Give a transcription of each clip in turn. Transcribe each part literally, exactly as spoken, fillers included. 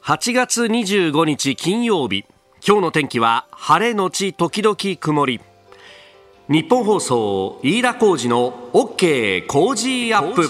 はちがつにじゅうごにち金曜日、今日の天気は晴れのち時々曇り。日本放送飯田浩司の OK 工事アップ。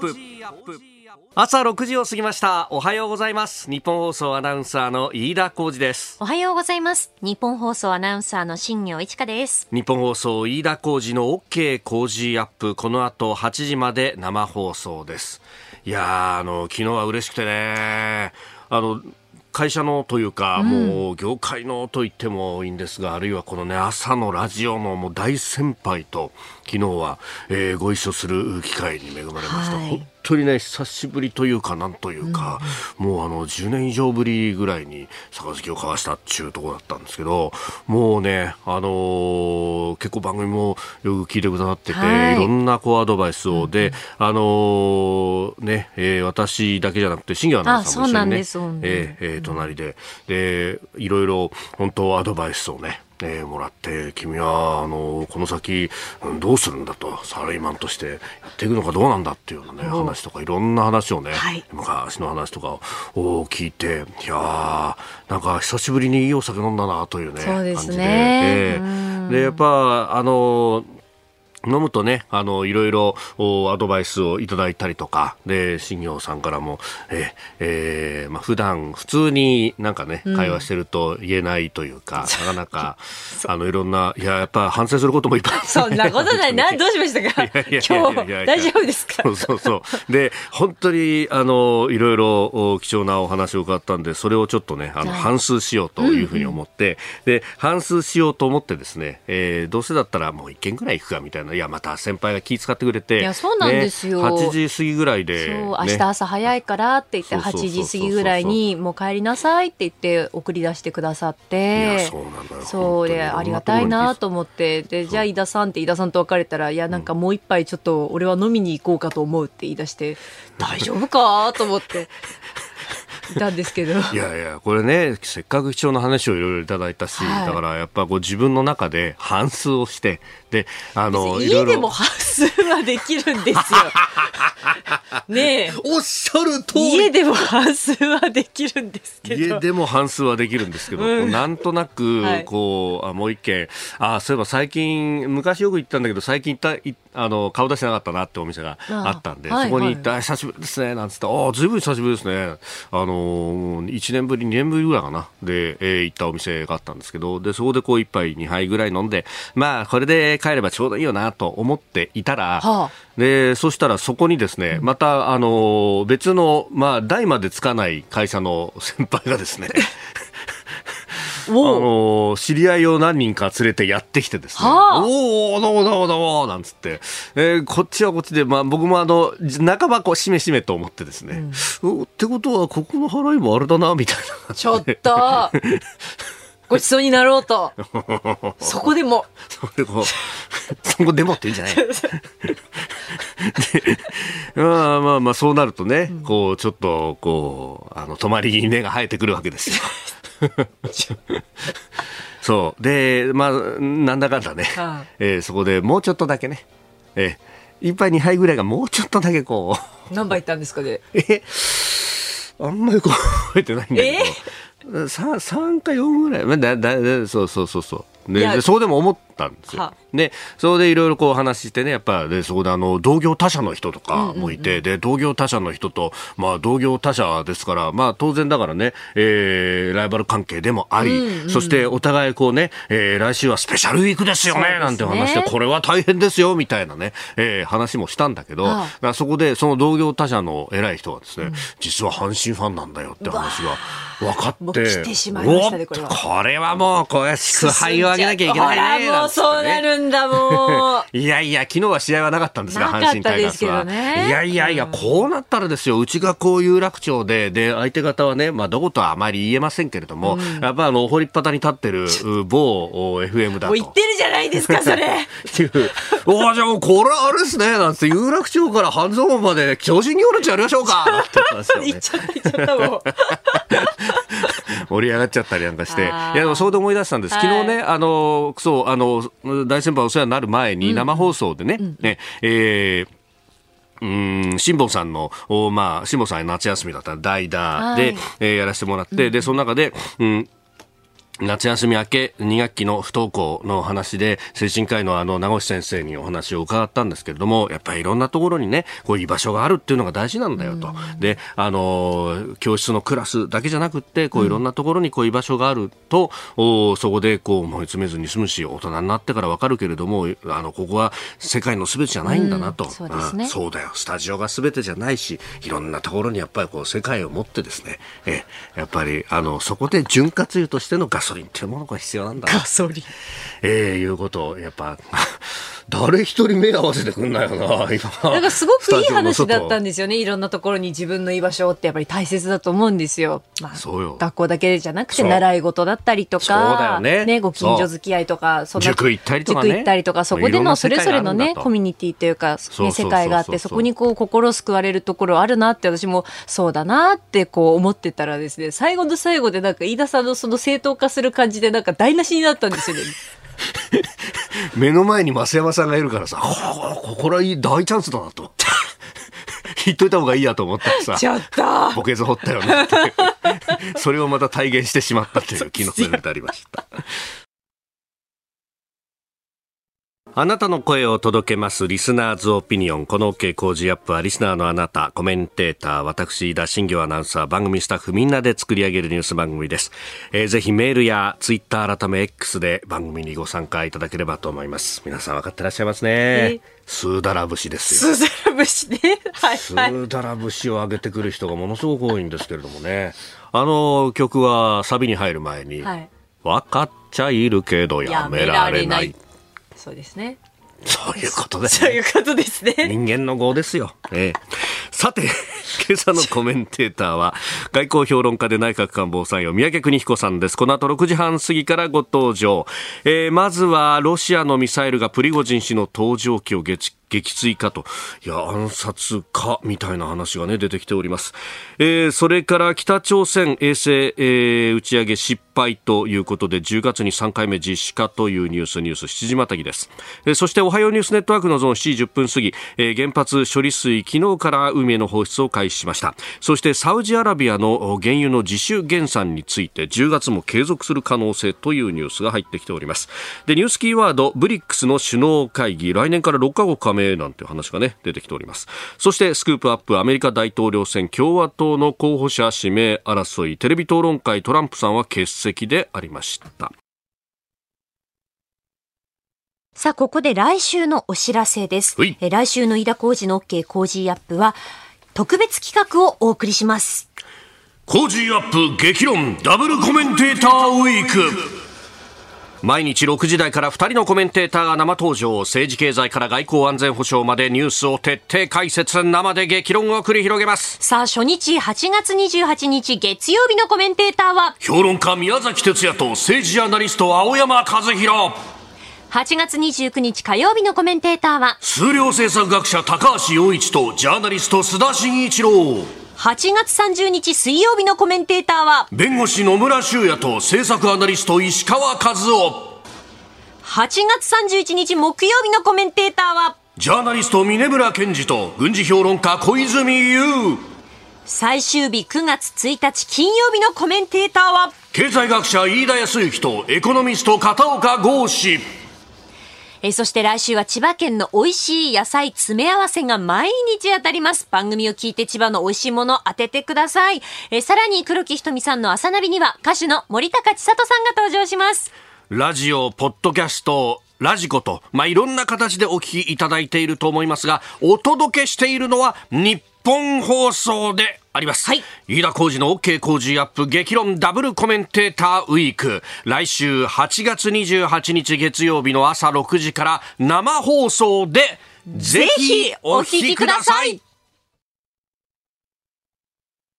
朝ろくじを過ぎました。おはようございます。日本放送アナウンサーの飯田浩司です。 おはようございます。日本放送アナウンサーの新業一華です。 日本放送飯田浩司の OK 工事アップ、この後はちじまで生放送です。いやー、あの昨日は嬉しくてね、あの会社のというか、うん、もう業界のと言ってもいいんですが、あるいはこのね、朝のラジオのもう大先輩と昨日は、えー、ご一緒する機会に恵まれました。はい、本当にね、久しぶりというかなんというか、うん、もうあのじゅうねん以上ぶりぐらいに杯を交わしたっていうところだったんですけど、もうね、あのー、結構番組もよく聞いてくださってて、はい、いろんなこうアドバイスを、うん、で、あのー、ね、えー、私だけじゃなくて新業アナウンサーも一緒にね、えーえー、隣で、でいろいろ本当アドバイスをね、えー、もらって、君はあのこの先どうするんだと、サラリーマンとしてやっていくのかどうなんだっていうような、ね、話とか、いろんな話をね、はい、昔の話とかを聞いて、いやー、なんか久しぶりにいいお酒飲んだなというね、 そうですね、 感じで、えー、でやっぱあの飲むとね、あのいろいろアドバイスをいただいたりとかで、新業さんからもえ、えーまあ、普段普通になんかね、うん、会話してると言えないというか、なかなかあのいろんな、いややっぱ反省することもいっぱいある。 そんなことないな。どうしましたか。いやいやいやいやいやいや、今日大丈夫ですか。 そうそうそうで、本当にあのいろいろ貴重なお話を伺ったんで、それをちょっとね、あの反芻しようというふうに思って、うんうん、で反芻しようと思ってですね、えー、どうせだったらもう一軒ぐらい行くかみたいな、いやまた先輩が気遣ってくれて、 いやそうなんですよ、 ね、はちじ過ぎぐらいで、 そう、明日朝早いからって言ってはちじ過ぎぐらいにもう帰りなさいって言って送り出してくださって、 いやそうなんだよ、 そうでありがたいなと思って、でじゃあ飯田さんって飯田さんと別れたら、いやなんかもう一杯ちょっと俺は飲みに行こうかと思うって言い出して、大丈夫かと思っていたんですけど、 いやいや、これね、せっかく貴重な話をいろいろいただいたし、はい、だからやっぱこう自分の中で反芻をして、であの家でも反芻はできるんですよねえ、 おっしゃる通り、 家でも反芻はできるんですけど、 家でも反芻はできるんですけど、うん、なんとなくこう、はい、あもう一軒、あそういえば最近昔よく行ったんだけど最近行ったいあの顔出してなかったなってお店があったんで、そこに行って、はいはい、久しぶりですねなんつって、あずいぶん久しぶりですね、あのいちねんぶりにねんぶりぐらいかなで、えー、行ったお店があったんですけど、でそこでこういっぱいにはいぐらい飲んで、まあこれで帰ればちょうどいいよなと思っていたら、はあ、でそしたらそこにですね、またあの別の、まあ、代までつかない会社の先輩がですねあの知り合いを何人か連れてやってきてですね、はあ、おおどうもどうもどうもなんつって、えー、こっちはこっちで、まあ、僕もあの半ばこうしめしめと思ってですね、うん、ってことはここの払いもあれだなみたいな、 ちょっとごちそうになろうとそこでもそれこうそこでもっていいんじゃないでまあまあまあそうなるとね、うん、こうちょっとこうあの泊まりに目が生えてくるわけですよそうで、まあなんだかんだね、はあえー、そこでもうちょっとだけね、えー、いっぱいにはいぐらいがもうちょっとだけこう何杯いったんですかね、 えあんまりこう覚えてないんだけど、えー、さん, さんかよんぐらい、まあ、だだそうそうそうそうででそうでも思ったんですよ。でそれでいろいろこう話してね、やっぱでそこであの同業他社の人とかもいて、うんうんうん、で同業他社の人と、まあ、同業他社ですから、まあ、当然だからね、えー、ライバル関係でもあり、うんうん、そしてお互いこうね、えー、来週はスペシャルウィークですよね、ねなんて話で、これは大変ですよみたいなね、えー、話もしたんだけど、だからそこでその同業他社の偉い人はですね、うん、実は阪神ファンなんだよって話が分かって、もう来てしまいましたね、これは。 これはもうこう祝杯をあげなきゃいけないね、 ほらもうそうなるんだもういやいや昨日は試合はなかったんですが、阪神タイガースは、ね、いやいやいや、こうなったらですよ、うちがこういう楽町で、で相手方はね、まあ、どことはあまり言えませんけれども、うん、やっぱあの掘りっぱたに立ってる某 エフエム だともう言ってるじゃないですかそれおじゃあもうこれあれですねなんて、有楽町から半蔵門まで巨人行列やりましょうかって話をね、 言っちゃった言っちゃったもう盛り上がっちゃったりなんかして、いやでもそうで思い出したんです、はい、昨日ね、あのそうあの大先輩お世話になる前に生放送でね、うんうん、ねえーうん辛坊さんの、まあ、辛坊さんは夏休みだったら代打で、はいえー、やらせてもらって、うん、でその中で、うん夏休み明けに学期の不登校の話で精神科医のあの名越先生にお話を伺ったんですけれども、やっぱりいろんなところにねこういう居場所があるっていうのが大事なんだよと、うん、であの教室のクラスだけじゃなくってこういろんなところにこう居場所があると、うん、そこでこう思い詰めずに済むし、大人になってから分かるけれどもあのここは世界の全てじゃないんだなと、うん そうですね、そうだよスタジオが全てじゃないし、いろんなところにやっぱりこう世界を持ってですね、えやっぱりあのそこで潤滑油としてのガソリンっていうものが必要なんだガソリン、 えー、いうことをやっぱ誰一人目合わせてくんないよな今。 なんかすごくいい話だったんですよね。いろんなところに自分の居場所ってやっぱり大切だと思うんですよ。まあ、そうよ学校だけじゃなくて習い事だったりとか、そうだよね、ねご近所付き合いとか、そんな塾行ったりとかね、 塾行ったりとか、そこでのそれぞれのねコミュニティというか、ね、世界があって、そこにこう心救われるところあるなって私もそうだなってこう思ってたらですね、最後の最後でなんか飯田さんのその正当化する感じでなんか台無しになったんですよね。 目の前に増山さんがいるからさ、これはいい大チャンスだなと言っといた方がいいやと思ったらさ、 ちょっとボケず掘ったよねってそれをまた体現してしまったという昨日でありました。あなたの声を届けますリスナーズオピニオン。この OK 工事アップはリスナーのあなた、コメンテーター、私、田新行アナウンサー、番組スタッフみんなで作り上げるニュース番組です。えー、ぜひメールやツイッター改め X で番組にご参加いただければと思います。皆さん分かってらっしゃいますね。えー、スーダラ節ですよ。 スーダラ節ね。はい、はい。 スーダラ節を上げてくる人がものすごく多いんですけれどもね。あの曲はサビに入る前に、はい、分かっちゃいるけどやめられない。 そうですね。 そういうことですね。そういうことですね。 人間の業ですよ。ええ、さて、今朝のコメンテーターは、外交評論家で内閣官房参与、三宅邦彦さんです。この後ろくじはん過ぎからご登場。えー、まずは、ロシアのミサイルがプリゴジン氏の搭乗機を撃撃墜かと、いや暗殺かみたいな話がね出てきております。えー、それから北朝鮮衛星、えー、打ち上げ失敗ということでじゅうがつにさんかいめ実施かというニュースニュースしちじまたぎです。えー、そしておはようニュースネットワークのゾーンしちじじゅっぷん過ぎ、えー、原発処理水昨日から海への放出を開始しました。そしてサウジアラビアの原油の自主減産についてじゅうがつも継続する可能性というニュースが入ってきております。でニュースキーワードブリックスの首脳会議、来年からろっかこく加盟なんていう話がね出てきております。そしてスクープアップ、アメリカ大統領選共和党の候補者指名争い、テレビ討論会、トランプさんは欠席でありました。 さあここで来週のお知らせです。え来週の飯田浩司の OK 工事アップは特別企画をお送りします。 工事アップ激論ダブルコメンテーターウィーク。毎日ろくじ台からふたりのコメンテーターが生登場。政治経済から外交安全保障までニュースを徹底解説、生で激論を繰り広げます。 さあ初日はちがつにじゅうはちにち月曜日のコメンテーターは評論家宮崎哲也と政治ジャーナリスト青山和弘。 はちがつにじゅうくにち火曜日のコメンテーターは数量政策学者高橋洋一とジャーナリスト須田慎一郎。 はちがつさんじゅうにち水曜日のコメンテーターは弁護士野村修也と政策アナリスト石川和夫。 はちがつさんじゅういちにち木曜日のコメンテーターはジャーナリスト峯村健二と軍事評論家小泉悠。 最終日くがつついたち金曜日のコメンテーターは経済学者飯田康之とエコノミスト片岡剛志。 えー、そして来週は千葉県の美味しい野菜詰め合わせが毎日当たります。番組を聞いて千葉の美味しいもの当ててください。えー、さらに黒木ひとみさんの朝ナビには歌手の森高千里さんが登場します。 ラジオ、ポッドキャスト、ラジコと、まあ、いろんな形でお聞きいただいていると思いますが、お届けしているのは日本放送であります。はい、飯田浩司の OK 工事アップ激論ダブルコメンテーターウィーク。来週はちがつにじゅうはちにち月曜日の朝ろくじから生放送でぜひお聞きください。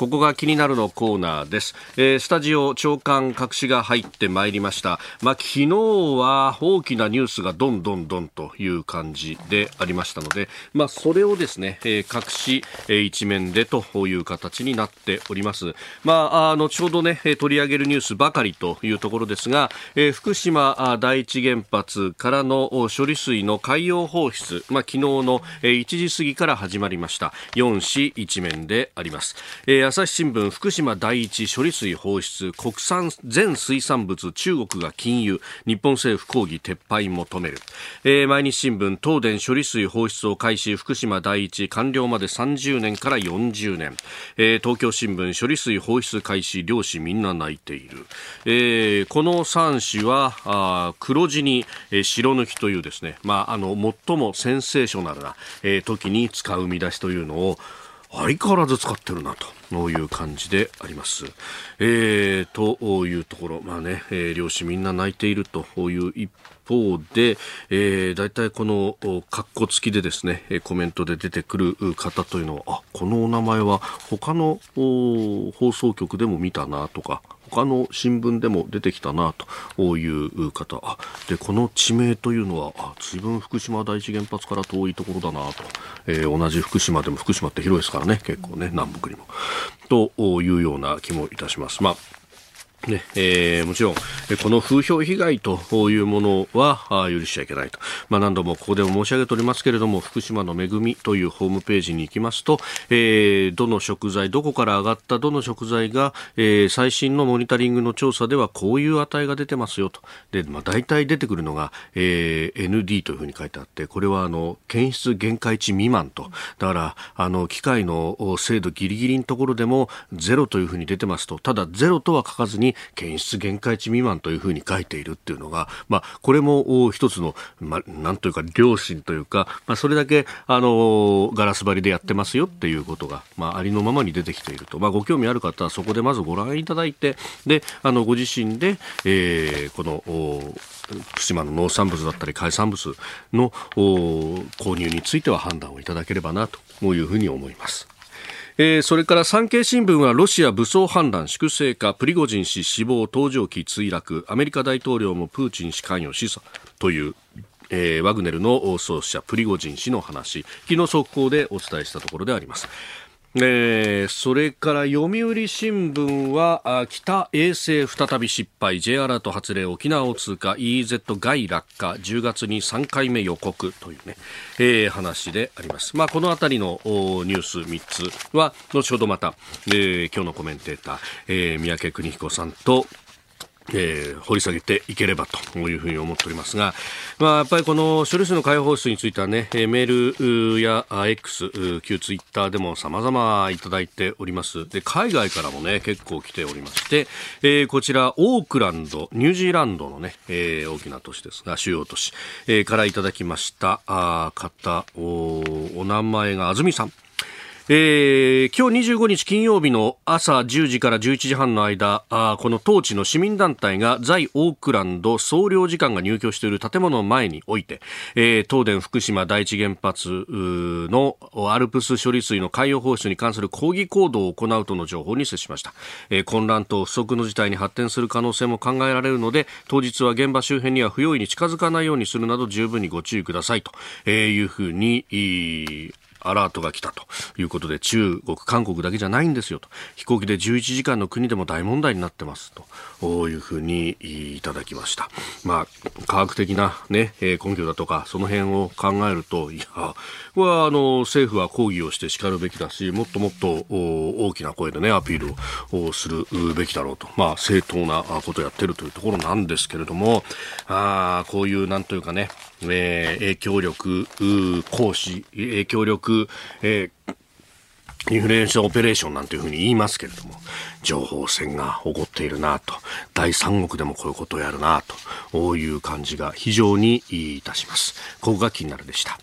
ここが気になるのコーナーです。えー、スタジオ長官隠しが入ってまいりました。まあ、昨日は大きなニュースがどんどんどんという感じでありましたので、まあ、それをですね、えー、隠し、えー、一面でという形になっております。まあ、あ後ほどね取り上げるニュースばかりというところですが、えー、福島第一原発からの処理水の海洋放出、まあ、昨日のいちじ過ぎから始まりましたよん紙一面であります。えー、朝日新聞、福島第一処理水放出、国産全水産物中国が禁輸、日本政府抗議撤廃求める。えー、毎日新聞、東電処理水放出を開始、福島第一完了までさんじゅうねんからよんじゅうねん。えー、東京新聞、処理水放出開始、漁師みんな泣いている。えー、このさん紙はあ黒字に、えー、白抜きというですね、まあ、あの最もセンセーショナルな、えー、時に使う見出しというのを相変わらず使ってるなという感じであります。えー、というところ、まあね、えー、漁師みんな泣いているという一方で、えー、だいたいこのカッコ付きでですねコメントで出てくる方というのは、あ、このお名前は他の放送局でも見たなとか、他の新聞でも出てきたなという方、あでこの地名というのはあ随分福島第一原発から遠いところだなと、えー、同じ福島でも福島って広いですからね、結構ね南北にもというような気もいたします。まあねえー、もちろんこの風評被害というものは許しちゃいけないと、まあ、何度もここでも申し上げておりますけれども、福島の恵みというホームページに行きますと、えー、どの食材どこから上がったどの食材が、えー、最新のモニタリングの調査ではこういう値が出てますよと。で、まあ、大体出てくるのが、えー、エヌディー というふうに書いてあって、これはあの検出限界値未満と、だからあの機械の精度ギリギリのところでもゼロというふうに出てますと、ただゼロとは書かずに検出限界値未満というふうに書いているっていうのが、まあ、これも一つの、まあ、なんというか良心というか、まあ、それだけあのガラス張りでやってますよっていうことが、まあ、ありのままに出てきていると、まあ、ご興味ある方はそこでまずご覧いただいて、であのご自身で、えー、この福島の農産物だったり海産物の購入については判断をいただければなというふうに思います。えー、それから産経新聞はロシア武装反乱粛清か、プリゴジン氏死亡、搭乗機墜落、アメリカ大統領もプーチン氏関与示唆という、えー、ワグネルの創始者プリゴジン氏の話、昨日速報でお伝えしたところであります。えー、それから読売新聞は北衛星再び失敗、 J アラート発令、沖縄を通過、 イーイーゼット 外落下、じゅうがつにさんかいめ予告というね、えー、話であります。まあ、このあたりのニュースみっつは後ほどまた、えー、今日のコメンテーター、えー、三宅邦彦さんとえー、掘り下げていければというふうに思っておりますが、まあ、やっぱりこの処理水の海洋放出についてはね、メールや X、旧ツイッターでも様々いただいております。で、海外からもね結構来ておりまして、えー、こちらオークランド、ニュージーランドのね、えー、大きな都市ですが主要都市、えー、からいただきましたあ方 お, お名前があずみさん。えー、今日にじゅうごにち金曜日の朝じゅうじからじゅういちじはんの間、あこの当地の市民団体が在オークランド総領事館が入居している建物の前において、えー、東電福島第一原発のアルプス処理水の海洋放出に関する抗議行動を行うとの情報に接しました。えー、混乱と不測の事態に発展する可能性も考えられるので、当日は現場周辺には不用意に近づかないようにするなど十分にご注意くださいというふうにアラートが来たということで、中国、韓国だけじゃないんですよと、飛行機でじゅういちじかんの国でも大問題になってますというふうにいただきました。まあ、科学的な、ね、根拠だとかその辺を考えると、いやこれはあの政府は抗議をして叱るべきだし、もっともっと大きな声で、ね、アピールをするべきだろうと、まあ、正当なことをやっているというところなんですけれども、あこういうなんというかね、えー、影響力行使、影響力、えー、インフルエンサーオペレーションなんていうふうに言いますけれども、情報戦が起こっているなと、第三国でもこういうことをやるなという感じが非常にいたします。ここが気になるでした。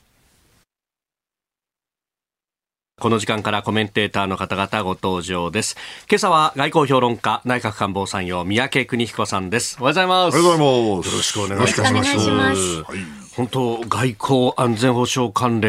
この時間からコメンテーターの方々ご登場です。今朝は外交評論家、内閣官房参与、三宅邦彦さんです。おはようございます。 おはようございます。 よろしくお願いいたします。はい、本当外交安全保障関連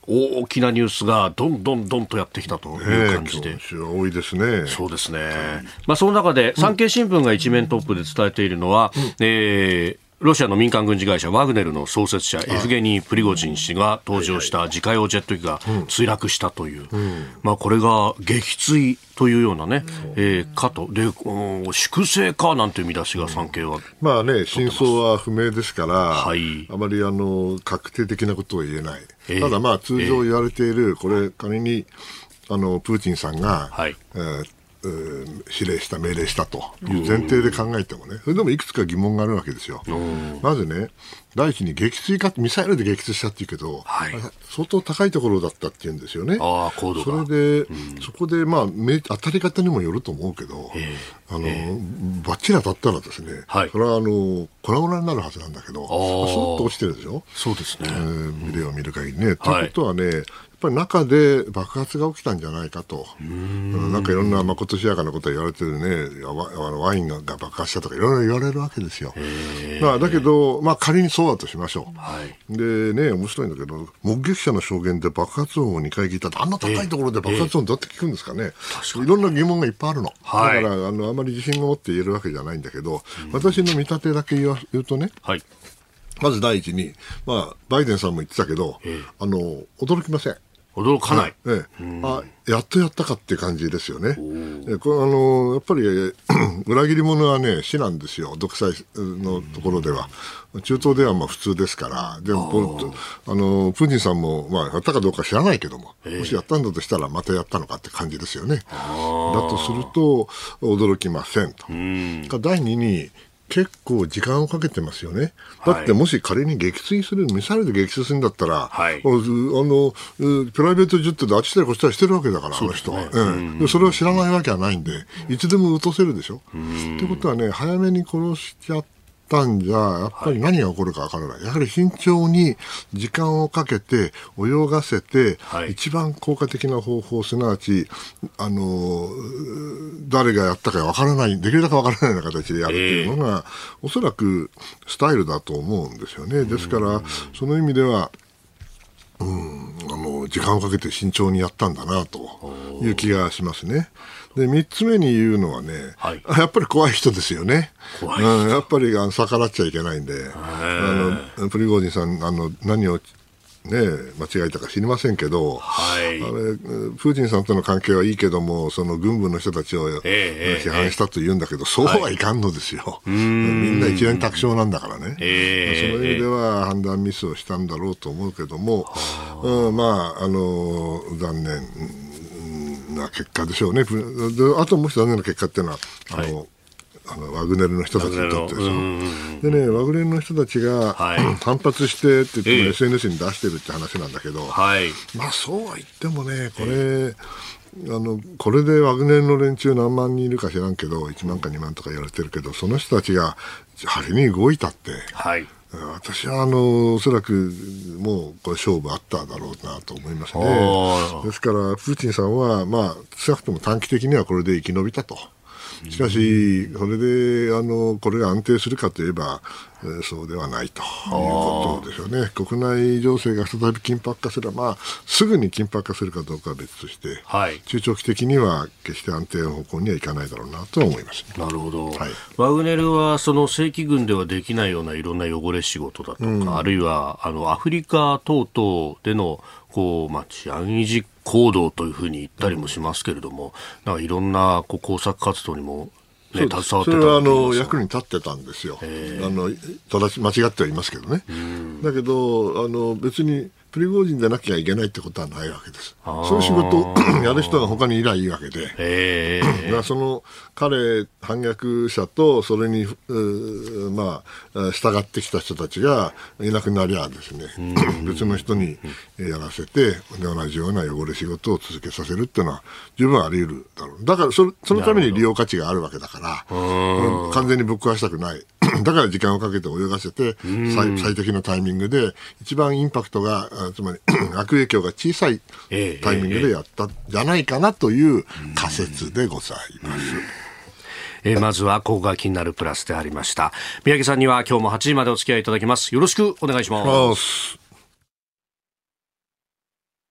大きなニュースがどんどんどんとやってきたという感じで、 今週は多いですね。 そうですね、まあ、その中で産経新聞が一面トップで伝えているのは、うんえーロシアの民間軍事会社ワグネルの創設者エフゲニー・プリゴジン氏が搭乗した自家用ジェット機が墜落したという、うん、まあ、これが撃墜というようなね、うんえー、かとで粛清かなんていう見出しが産経は、うん、 まあね、真相は不明ですから、はい、あまりあの確定的なことは言えない、えー、ただまあ通常言われている、えー、これ仮にあのプーチンさんが、はいえー指令した命令したという前提で考えてもね、それでもいくつか疑問があるわけですよ。まずね、第一に撃墜かミサイルで撃墜したっていうけど、はい、相当高いところだったっていうんですよね。 あ高度がそれで、うん、そこで、まあ、当たり方にもよると思うけど、えー、あの、えー、バッチリ当たったらですね、はい、それはあの粉々になるはずなんだけど、そっと落ちてるでしょ。 そうですね、えー、ビデオを見る限りね。と、はい、いうことはね、やっぱり中で爆発が起きたんじゃないかと。うん、なんかいろんなまことしやかなことが言われてるね、ワ, ワインが爆発したとかいろいろ言われるわけですよ。まあ、だけど、まあ、仮にそうだとしましょう。はい、でね、面白いんだけど、目撃者の証言で爆発音をにかい聞いたって、あんな高いところで爆発音どうやって聞くんですかね。いろんな疑問がいっぱいあるの。はい、だからあのあまり自信を持って言えるわけじゃないんだけど、うん、私の見立てだけ言う、言うとね、はい、まず第一に、まあ、バイデンさんも言ってたけど、あの驚きません。 驚かない、 ええ、あやっとやったかって感じですよね。えこれあのやっぱり裏切り者はね死なんですよ、独裁のところでは。中東ではまあ普通ですから。でもあのプーチンさんも、まあ、やったかどうか知らないけども、もしやったんだとしたらまたやったのかって感じですよね。だとすると驚きませんと。だいにに結構時間をかけてますよね。だってもし仮に撃墜する、ミサイルで撃墜するんだったら、はい、あのプライベートジェットであっちしたりこっちしたりしてるわけだから、あの人は、ねうんで。それを知らないわけはないんで、いつでも撃たせるでしょ。ということはね、早めに殺しちゃったんじゃ、やっぱり何が起こるかわからない。やはり慎重に時間をかけて泳がせて、はい、一番効果的な方法、すなわち、あの、誰がやったかわからない、できるだけわからないような形でやるというのが、えー、おそらくスタイルだと思うんですよね。ですから、その意味では、うん、あの時間をかけて慎重にやったんだなという気がしますね。でみっつめに言うのはね、はい、やっぱり怖い人ですよね。怖い人、うん、やっぱりあの逆らっちゃいけないんで、あのプリゴジンさんあの何をね、間違えたか知りませんけど、はい、あれプーチンさんとの関係はいいけども、その軍部の人たちを批判したと言うんだけど、えーえー、そうはいかんのですよ、はい、みんな一連卓勝なんだからね、えー、その意味では判断ミスをしたんだろうと思うけども、えー、うん、まあ、あの残念な結果でしょうね。であともう一つ残念な結果っていうのは、あの、はい、あのワグネルの人たちにとってですよ。でね、ワグネルの人たちが、はい、反発してって言っても エスエヌエス に出してるって話なんだけど、はい、まあそうは言ってもね、これ、あのこれでワグネルの連中何万人いるか知らんけど、いちまんかにまんとか言われてるけど、その人たちが仮に動いたって、はい、私はあのおそらくもうこれ勝負あっただろうなと思いますね。ですからプーチンさんは、まあ、少なくとも短期的にはこれで生き延びたと。しかし、それであのこれが安定するかといえば、えー、そうではないということですよね。国内情勢が再び緊迫化すれば、まあ、すぐに緊迫化するかどうかは別として、はい、中長期的には決して安定の方向にはいかないだろうなとは思います、ね。 なるほど、はい、ワグネルはその正規軍ではできないようないろんな汚れ仕事だとか、うん、あるいはあのアフリカ等々でのこう、まあ、治安維持行動というふうに言ったりもしますけれども、うん、なんかいろんなこう工作活動にも、ね、携わってた。 それはあの役に立ってたんですよ。あの正し間違ってはいますけどね。だけどあの別にプリゴジンでなきゃいけないってことはないわけです。そういう仕事をやる人が他にいりゃいいわけで、えー、だからその彼反逆者とそれに、まあ、従ってきた人たちがいなくなりゃですね、別の人にやらせて同じような汚れ仕事を続けさせるっていうのは十分あり得るだろう。だからそれそのために利用価値があるわけだから、完全にぶっ壊したくない。だから時間をかけて泳がせて 最, 最適なタイミングで一番インパクトがつまり悪影響が小さいタイミングでやったんじゃないかなという仮説でございます。 えー、まずはここが気になるプラスでありました。三宅さんには今日もはちじまでお付き合いいただきます。よろしくお願いします。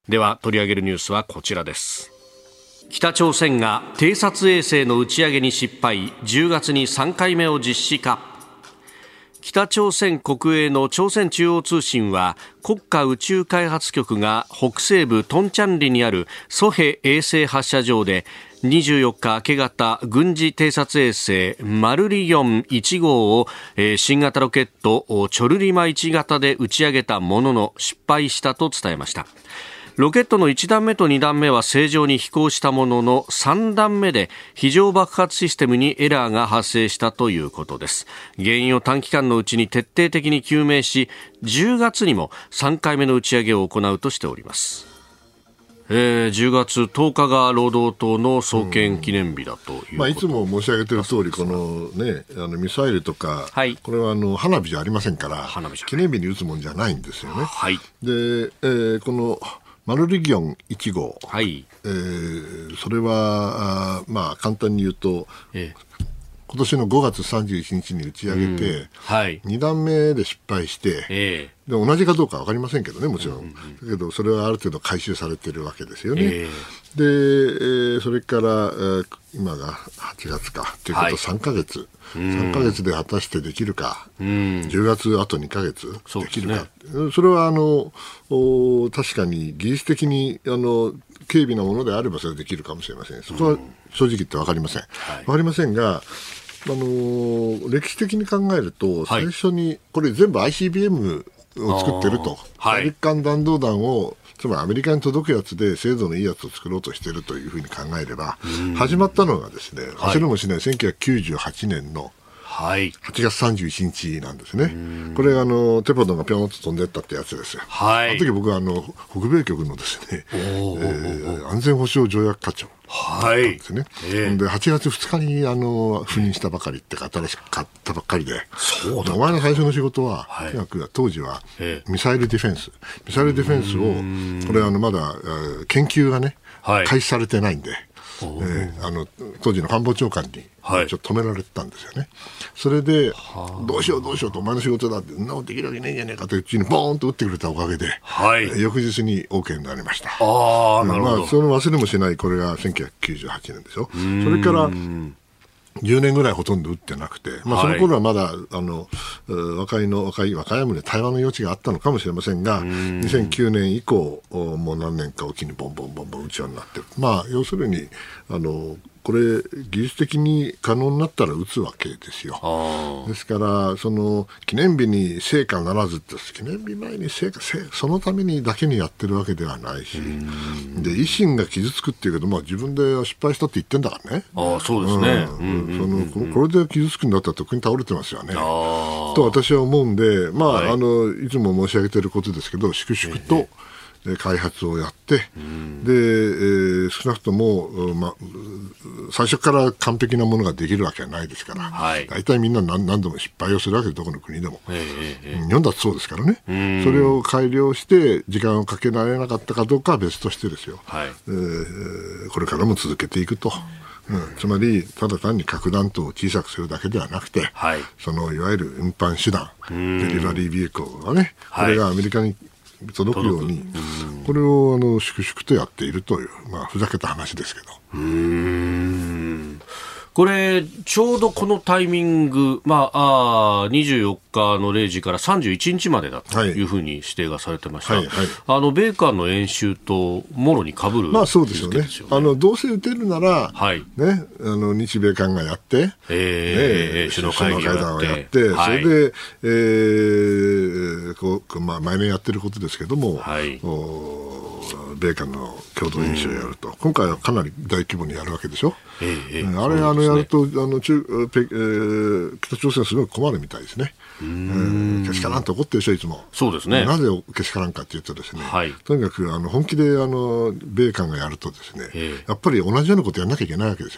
では取り上げるニュースはこちらです。北朝鮮が偵察衛星の打ち上げに失敗、じゅうがつにさんかいめを実施か。北朝鮮国営の朝鮮中央通信は、国家宇宙開発局が北西部トンチャンリにあるソヘ衛星発射場でにじゅうよっか明け方、軍事偵察衛星マルリヨンいち号を、えー、新型ロケットチョルリマいち型で打ち上げたものの失敗したと伝えました。ロケットのいちだんめとにだんめは正常に飛行したものの、さんだんめで非常爆発システムにエラーが発生したということです。原因を短期間のうちに徹底的に究明し、じゅうがつにもさんかいめの打ち上げを行うとしております。えー、じゅうがつとおかが労働党の創建記念日だということ、 まあ、いつも申し上げている通り、このね、あのミサイルとか、はい、これはあの花火じゃありませんから、記念日に打つもんじゃないんですよね。はい、で、えー、このマルリギョンいち号、はい、えー、それはあ、まあ、簡単に言うと、ええ、今年のごがつさんじゅういちにちに打ち上げて、うんはい、にだんめで失敗して、ええ、で同じかどうか分かりませんけどね、もちろん、うんうん、だけどそれはある程度回収されているわけですよね。ええ、で、えー、それから、えー、今がはちがつかということさんかげつ、はい、さんかげつで果たしてできるか、うん、じゅうがつあとにかげつできるか、 そ, ね、それはあの確かに技術的にあの軽微なものであればそれできるかもしれません。そこは正直言って分かりません、はい、分かりませんが、あの歴史的に考えると最初にこれ全部 アイシービーエム を作ってると、大陸間弾道弾をつまりアメリカに届くやつで精度のいいやつを作ろうとしているというふうに考えれば、始まったのがですね、忘れもしないせんきゅうひゃくきゅうじゅうはちねんのはちがつさんじゅういちにちなんですね。これあのテポドンがピョンと飛んでいったってやつですよ。はい、あの時僕はあの北米局のですね、えー、安全保障条約課長はい、ですね。えー、ではちがつふつかにあの赴任したばかりってか新しく買ったばっかりで、そうだ、お前の最初の仕事は、はい、当時はミサイルディフェンス、ミサイルディフェンスをこれあのまだ研究がね、はい、開始されてないんで、えー、あの当時の官房長官にちょっと止められてたんですよね。はい、それでどうしようどうしようと、お前の仕事だってそんなことできるわけねえんじゃねえかといううちにボーンと打ってくれたおかげで、はい、翌日に OK になりました。あ、なるほど。まあ、その忘れもしない、これがせんきゅうひゃくきゅうじゅうはちねんでしょ。それからじゅうねんぐらいほとんど打ってなくて、まあ、その頃はまだ、はい、あの若いの若い若いもので対話の余地があったのかもしれませんが、にせんきゅうねん以降もう何年かおきにボンボンボンボン打つようになってる。まあ要するにあのこれ技術的に可能になったら打つわけですよ。ですからその記念日に成果ならずって、記念日前に成果そのためにだけにやってるわけではないし、で維新が傷つくっていうけど、まあ、自分で失敗したって言ってんだからね。あ、そうですね。これで傷つくんだったらとっくに倒れてますよねと私は思うんで、まあはい、あのいつも申し上げていることですけど、粛々と、えー開発をやって、で、えー、少なくとも、ま、最初から完璧なものができるわけはないですから、はい、大体みんな 何, 何度も失敗をするわけで、どこの国でも、えー、日本だってそうですからね。それを改良して時間をかけられなかったかどうかは別としてですよ、はい、えー、これからも続けていくと。うん、つまりただ単に核弾頭を小さくするだけではなくて、はい、そのいわゆる運搬手段、デリバリービエコーがね、これがアメリカに届くように、これをあの粛々とやっているという、まあ、ふざけた話ですけど。うーん、 これちょうどこのタイミング、まあ、あにじゅうよっかのれいじからさんじゅういちにちまでだというふうに指定がされてました。はいはいはい、あの米韓の演習ともろに被る、 まあそうですよね。あのどうせ撃てるなら、はいね、あの日米韓がやって、えーね、首脳会談をやって、はい、それで、えーこうまあ、毎年やってることですけども、はい、米韓の共同演習をやると、今回はかなり大規模にやるわけでしょ。えーえー、あれ、ね、あのやるとあの中、えー、北朝鮮はすごい困るみたいですね。うーん、けしからんと怒ってるでしょ、いつも。そうですね。なぜけしからんかというとですね、はい、とにかくあの本気であの米韓がやるとですね、えー、やっぱり同じようなことやらなきゃいけないわけですよね。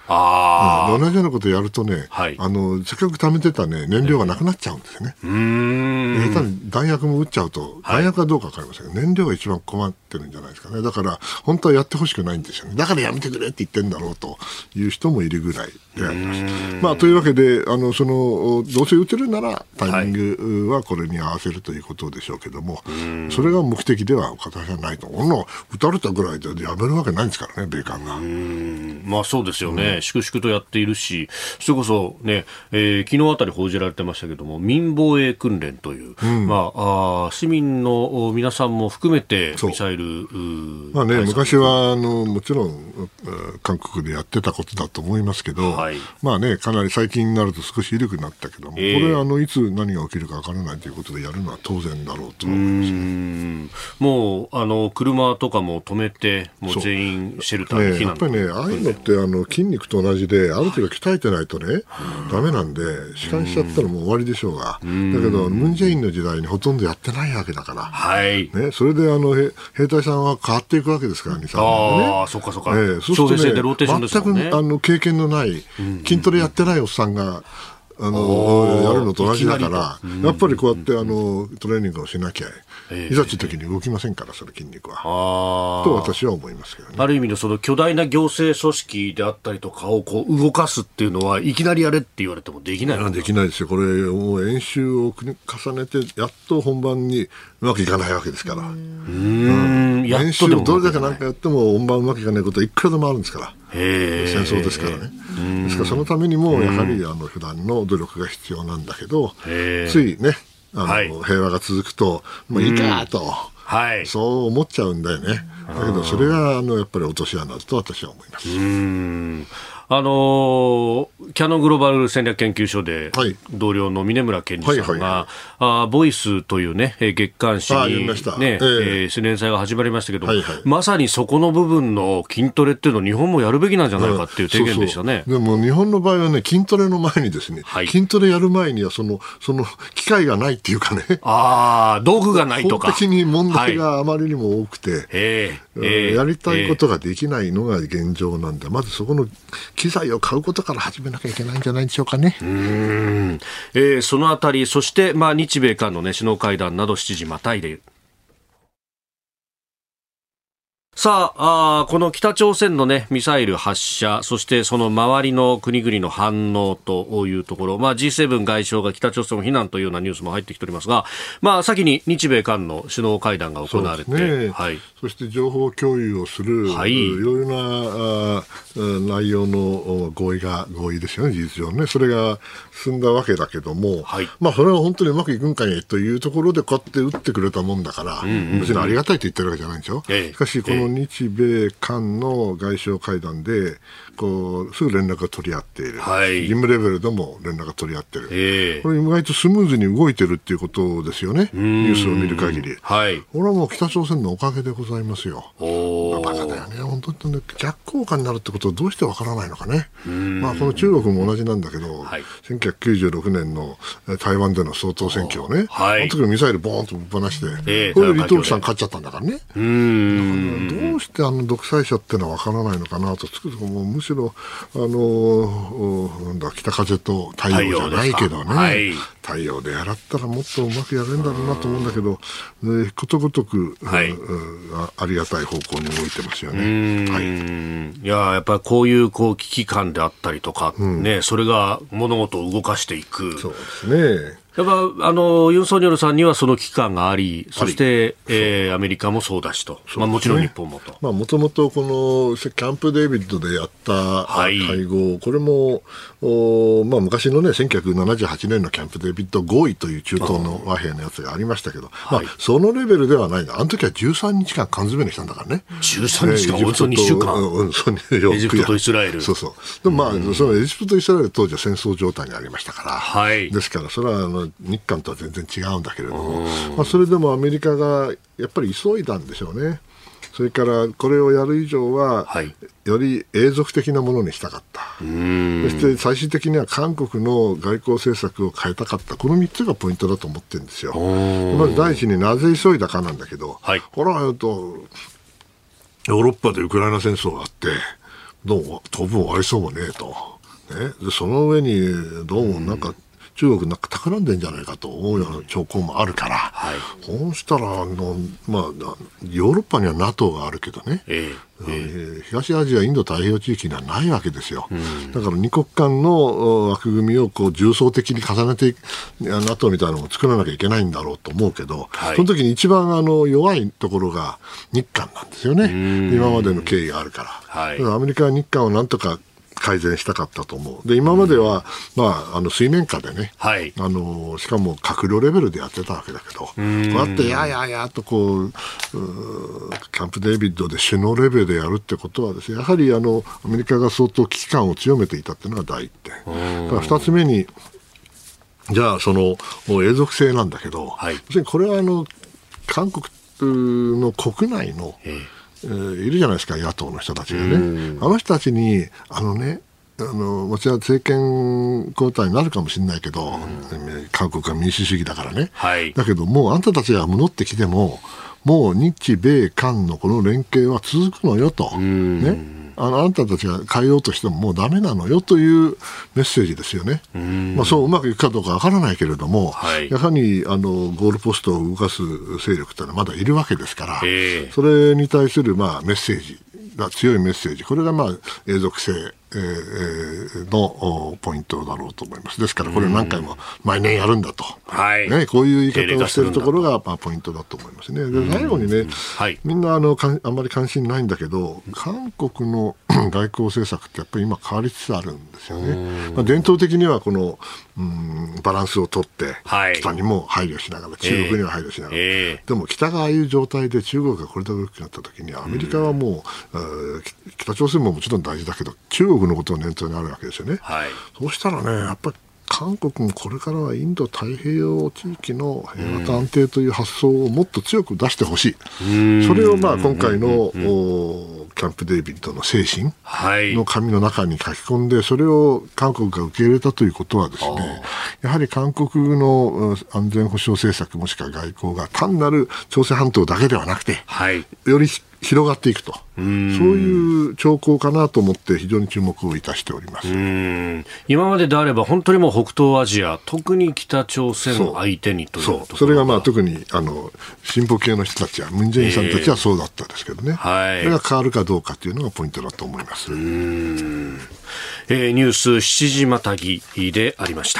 あうん、同じようなことをやるとね、 はい、 あのせっかく貯めてた、ね、燃料がなくなっちゃうんですよね。 うーん下手に弾薬も撃っちゃうと、弾薬はどうか分かりませんが、はい、燃料が一番困ってるんじゃないですかね。だから本当はやってほしくないんですよね。だからやめてくれって言ってんだろうという人もいるぐらいであります。まあ、というわけであのそのどうせ撃てるならタイミングはこれに合わせるということでしょうけども、はい、それが目的では私はないと。こんな撃たれたぐらいでやめるわけないんですからね、米韓が。 うーん、まあ、そうですよね、うん、粛々とやっているし、それこそ、ねえー、昨日あたり報じられてましたけども、民防衛訓練という、うん、まあ、あ市民の皆さんも含めてミサイル、 まあね、昔はあのもちろん韓国でやってたことだと思いますけど、はい、まあね、かなり最近になると少し緩くなったけども、えー、これあのいつ何が起きるか分からないということでやるのは当然だろうと思います、ね、うーん、 もうあの車とかも止めて、もう全員シェルターに避難、ね、 やっぱりね、ああいうのってあの筋肉と同じで、ある程度鍛えてないとね、ダメなんで、弛緩しちゃったらもう終わりでしょうが、だけどムン・ジェインの時代にほとんどやってないわけだから、はいね、それであの兵隊さんは変わっていくわけですから、に、さんねんでね。 ああ、そっかそっか、 えー、そうするとね、全ね、 くあの経験のない筋トレやってないおっさんがあのやるのと同じだから、やっぱりこうやってあのトレーニングをしなきゃ、いざという時に動きませんから、それ筋肉は。と私は思いますけどね。 ある意味のその巨大な行政組織であったりとかをこう動かすっていうのは、いきなりやれって言われてもできないのかな。 できないですよ。これもう演習を重ねてやっと本番にうまくいかないわけですから。うーん、うん、練習をどれだけ何かやっても本番うまくいかないことはいくらでもあるんですから。戦争ですからね。ですからそのためにもやはりあの普段の努力が必要なんだけど、ついね、あの、はい、平和が続くともういいかと、はい、そう思っちゃうんだよね。だけどそれがあのやっぱり落とし穴だと私は思います。 うーん、あのー、キヤノングローバル戦略研究所で同僚の峰村健二さんが、はいはいはい、あボイスという、ね、月刊誌に、ねえーえー、連載が始まりましたけど、はいはい、まさにそこの部分の筋トレっていうのを日本もやるべきなんじゃないかっていう提言でしたね。 そうそう、でも日本の場合はね、筋トレの前にですね、はい、筋トレやる前にはそのその機会がないっていうかね、 あ道具がないとか、 法的に問題があまりにも多くて、はい、えーえー、やりたいことができないのが現状なんで、まずそこの機材を買うことから始めなきゃいけないんじゃないでしょうかね。 うーん、えー、そのあたり、そして、まあ、日米韓の、ね、首脳会談などしちじまたいでさあ、あこの北朝鮮の、ね、ミサイル発射、そしてその周りの国々の反応というところ、まあ、ジーセブン 外相が北朝鮮を非難というようなニュースも入ってきておりますが、まあ、先に日米韓の首脳会談が行われて、 そうですね、 はい、 そして情報共有をする、はい、いろいろなあ内容の合意が合意ですよね、事実上ね、それが進んだわけだけども、はい、まあ、それは本当にうまくいくんかいというところでこうやって打ってくれたもんだから、うんうんうん、別にありがたいと言ってるわけじゃないんですよ。ええ、しかしこの日米韓の外相会談でこうすぐ連絡が取り合っている、はい、事務レベルでも連絡が取り合っている、えー、これ意外とスムーズに動いているっていうことですよね、ニュースを見る限り、はい、これはもう北朝鮮のおかげでございますよ。おバカだよね、本当に、ね、逆効果になるってことはどうしてわからないのかね。まあ、この中国も同じなんだけど、はい、せんきゅうひゃくきゅうじゅうろくねんの台湾での総統選挙をね、はい、あの時ミサイルボーンとぶっ放して、えー、これで李登輝さん勝っちゃったんだからね。うーん、だからどうしてあの独裁者ってのはわからないのかなと、つくづくもうむしろあのなんだ北風と太陽じゃないけどね、はい、太陽でやらったらもっとうまくやれるんだろうなと思うんだけど、ね、ことごとく、はい、あ, ありがたい方向に動いてますよね。うーん、はい、いややっぱりこういうこう危機感であったりとか、うんね、それが物事を動かしていく。 そうですね。 やっぱあのユン・ソンニョルさんにはその危機感があり、そして、えー、アメリカもそうだしと、まあ、もちろん日本もと、 もともとこのキャンプ・デイビッドでやった会合、はい、これもお、まあ、昔の、ね、せんきゅうひゃくななじゅうはちねんのキャンプ・デイビッド合意という中東の和平のやつがありましたけど、まあ、そのレベルではないんだ。あの時はじゅうさんにちかん缶詰にしたんだからね。 じゅうさんにちかん、およそにしゅうかん、うん、エジプトとイスラエル、 そうそう、でも、まあ、そのエジプトとイスラエル当時は戦争状態にありましたから、はい、ですからそれはあの日韓とは全然違うんだけれども、まあ、それでもアメリカがやっぱり急いだんでしょうね。それからこれをやる以上は、はい、より永続的なものにしたかった。うーん、そして最終的には韓国の外交政策を変えたかった。このみっつがポイントだと思ってるんですよ。まず第一になぜ急いだかなんだけど、はい、ほらとヨーロッパでウクライナ戦争があってどうも当分終わりそうもねえと、ね、でその上にどうもなんか、うん中国なんか企んでんじゃないかと思うような兆候もあるから、はい、そうしたらあの、まあ、ヨーロッパには NATO があるけどね、えーえー、東アジアインド太平洋地域にはないわけですよ、うん、だから二国間の枠組みをこう重層的に重ねて NATO みたいなのを作らなきゃいけないんだろうと思うけど、はい、その時に一番あの弱いところが日韓なんですよね。今までの経緯があるから、はい、だからアメリカは日韓をなんとか改善したかったと思う。で今までは、うんまあ、あの水面下でね、はい、あのしかも閣僚レベルでやってたわけだけど、こうやってやややとこう、うキャンプデービッドで首脳レベルでやるってことはですね、やはりあのアメリカが相当危機感を強めていたっていうのが第一点。だから二つ目にじゃあその永続性なんだけど、はい、これはあの韓国の国内の、えーえー、いるじゃないですか野党の人たちがね、あの人たちにあのねあのもちろん政権交代になるかもしれないけど、韓国は民主主義だからね、はい、だけどもうあんたたちが戻ってきてももう日米韓のこの連携は続くのよと、ね、あのあんたたちが変えようとしてももうダメなのよというメッセージですよね。まあ、そううまくいくかどうかわからないけれども、はい、やはりあのゴールポストを動かす勢力というのはまだいるわけですから、それに対するまあメッセージが強いメッセージ、これがまあ永続性のポイントだろうと思います。ですからこれを何回も毎年やるんだと、はいね、こういう言い方をしているところがまあポイントだと思いますね。で最後にね、はい、みんなあのかあんまり関心ないんだけど韓国の外交政策ってやっぱり今変わりつつあるんですよね。まあ、伝統的にはこのうんバランスをとって、はい、北にも配慮しながら中国には配慮しながら、えー、でも北がああいう状態で中国がこれだけ大きくなった時にアメリカはもう、うん、北朝鮮ももちろん大事だけど中国のことが念頭にあるわけですよね、はい、そうしたらねやっぱり韓国もこれからはインド太平洋地域の平和と安定という発想をもっと強く出してほしい。それをまあ今回のキャンプデービッドの精神の紙の中に書き込んでそれを韓国が受け入れたということはですね、やはり韓国の安全保障政策もしくは外交が単なる朝鮮半島だけではなくて、はい、より広がっていくと、うそういう兆候かなと思って非常に注目をいたしております。 うん今までであれば本当にもう北東アジア特に北朝鮮を相手にというところが、 そうそれがまあ特にあの進歩系の人たちはムン・ジェインさんたちはそうだったんですけどね、えーはい、それが変わるかどうかというのがポイントだと思います。 うん、えー、ニュースしちじまたぎでありました。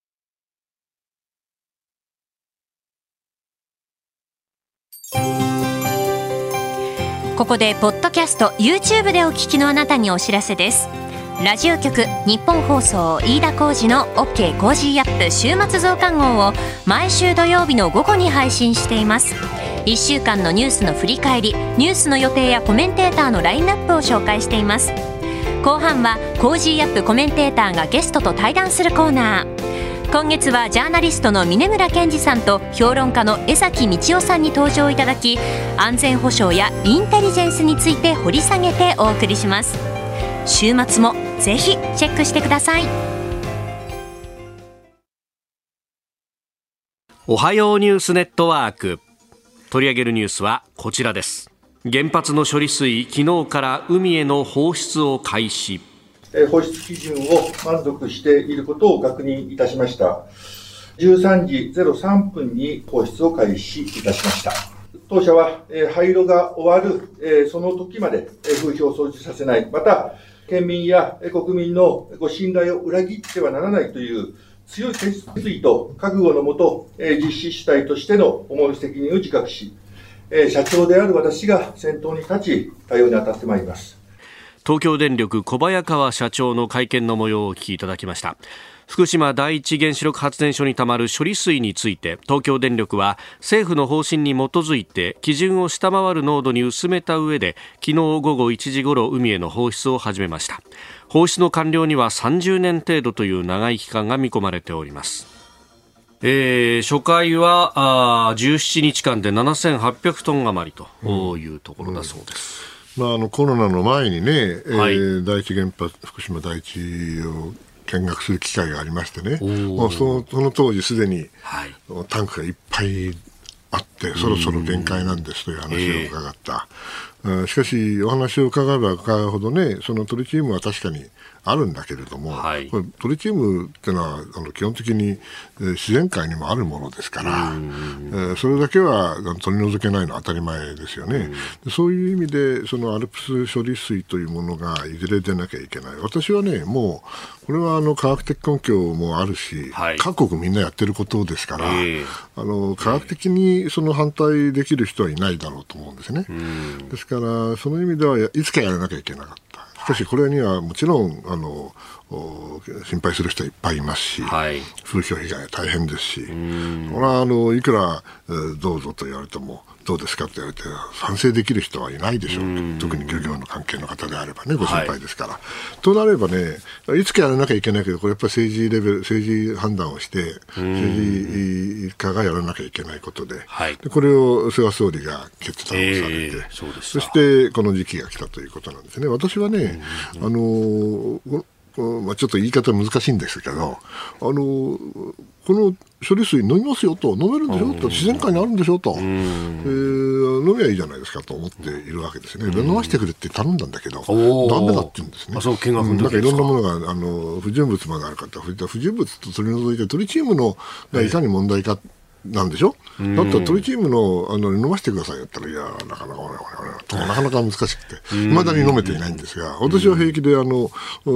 ここでポッドキャスト YouTube でお聞きのあなたにお知らせです。ラジオ局日本放送飯田浩司の OK コージーアップ週末増刊号を毎週土曜日の午後に配信しています。いっしゅうかんのニュースの振り返り、ニュースの予定やコメンテーターのラインナップを紹介しています。後半はコージーアップコメンテーターがゲストと対談するコーナー。今月はジャーナリストの峯村健二さんと評論家の江崎道夫さんに登場いただき、安全保障やインテリジェンスについて掘り下げてお送りします。週末もぜひチェックしてください。 おはようニュースネットワーク、取り上げるニュースはこちらです。原発の処理水、昨日から海への放出を開始。 放出基準を満足していることを確認いたしました。じゅうさんじゼロさんぷんに放出を開始いたしました。当社は廃炉が終わるその時まで風評を生じさせない、また県民や国民のご信頼を裏切ってはならないという強い決意と覚悟のもと、実施主体としての重い責任を自覚し、社長である私が先頭に立ち対応に当たってまいります。 東京電力小早川社長の会見の模様をお聞きいただきました。福島第一原子力発電所にたまる処理水について、東京電力は政府の方針に基づいて基準を下回る濃度に薄めた上で、昨日午後いちじごろ海への放出を始めました。放出の完了にはさんじゅうねん程度という長い期間が見込まれております。えー、初回はあじゅうしちにちかんでななせんはっぴゃくトン余りというところだそうです。 うんまあ、あのコロナの前にね、はいえー、第一原発福島第一を見学する機会がありましてね、もうその、その当時すでに、はい、タンクがいっぱいあってそろそろ限界なんですという話を伺った、えしかしお話を伺えば伺うほどね、そのトリチウムは確かにあるんだけれども、はい、これトリチウムってのはあの基本的に、えー、自然界にもあるものですから、えー、それだけは取り除けないのは当たり前ですよね。でそういう意味でそのアルプス処理水というものがいずれ出なきゃいけない。私はね、もうこれはあの科学的根拠もあるし、はい、各国みんなやってることですから、えー、あの科学的にその反対できる人はいないだろうと思うんですね。ですからその意味ではいつかやらなきゃいけなかった。しかしこれにはもちろんあの心配する人はいっぱいいますし、はい、風評被害は大変ですし、これはあのいくらどうぞと言われてもどうですかと言われて賛成できる人はいないでしょう。う特に漁業の関係の方であればね、ご心配ですから、はい、となればね、いつかやらなきゃいけないけど、これやっぱり政治レベル政治判断をして政治家がやらなきゃいけないことで、はい、でこれを菅総理が決断をされて、えー、そうでした。そしてこの時期が来たということなんですね。私はね、あのまあ、ちょっと言い方難しいんですけど、あのこの処理水飲みますよと、飲めるんでしょと、自然界にあるんでしょと、えー、飲めばいいじゃないですかと思っているわけですね。飲ませてくれって頼んだんだけど、ダメだって言うんですね。あ、そう見学の時ですか。なんかいろんなものがあの不純物まであるかって、不純物と取り除いてトリチウムのがいかに問題か、えーなんでしょ。だったらトリチウムのあの飲ませてくださいよって言ったら、いやなかなかなかなか難しくていまだに飲めていないんですが、私は平気であの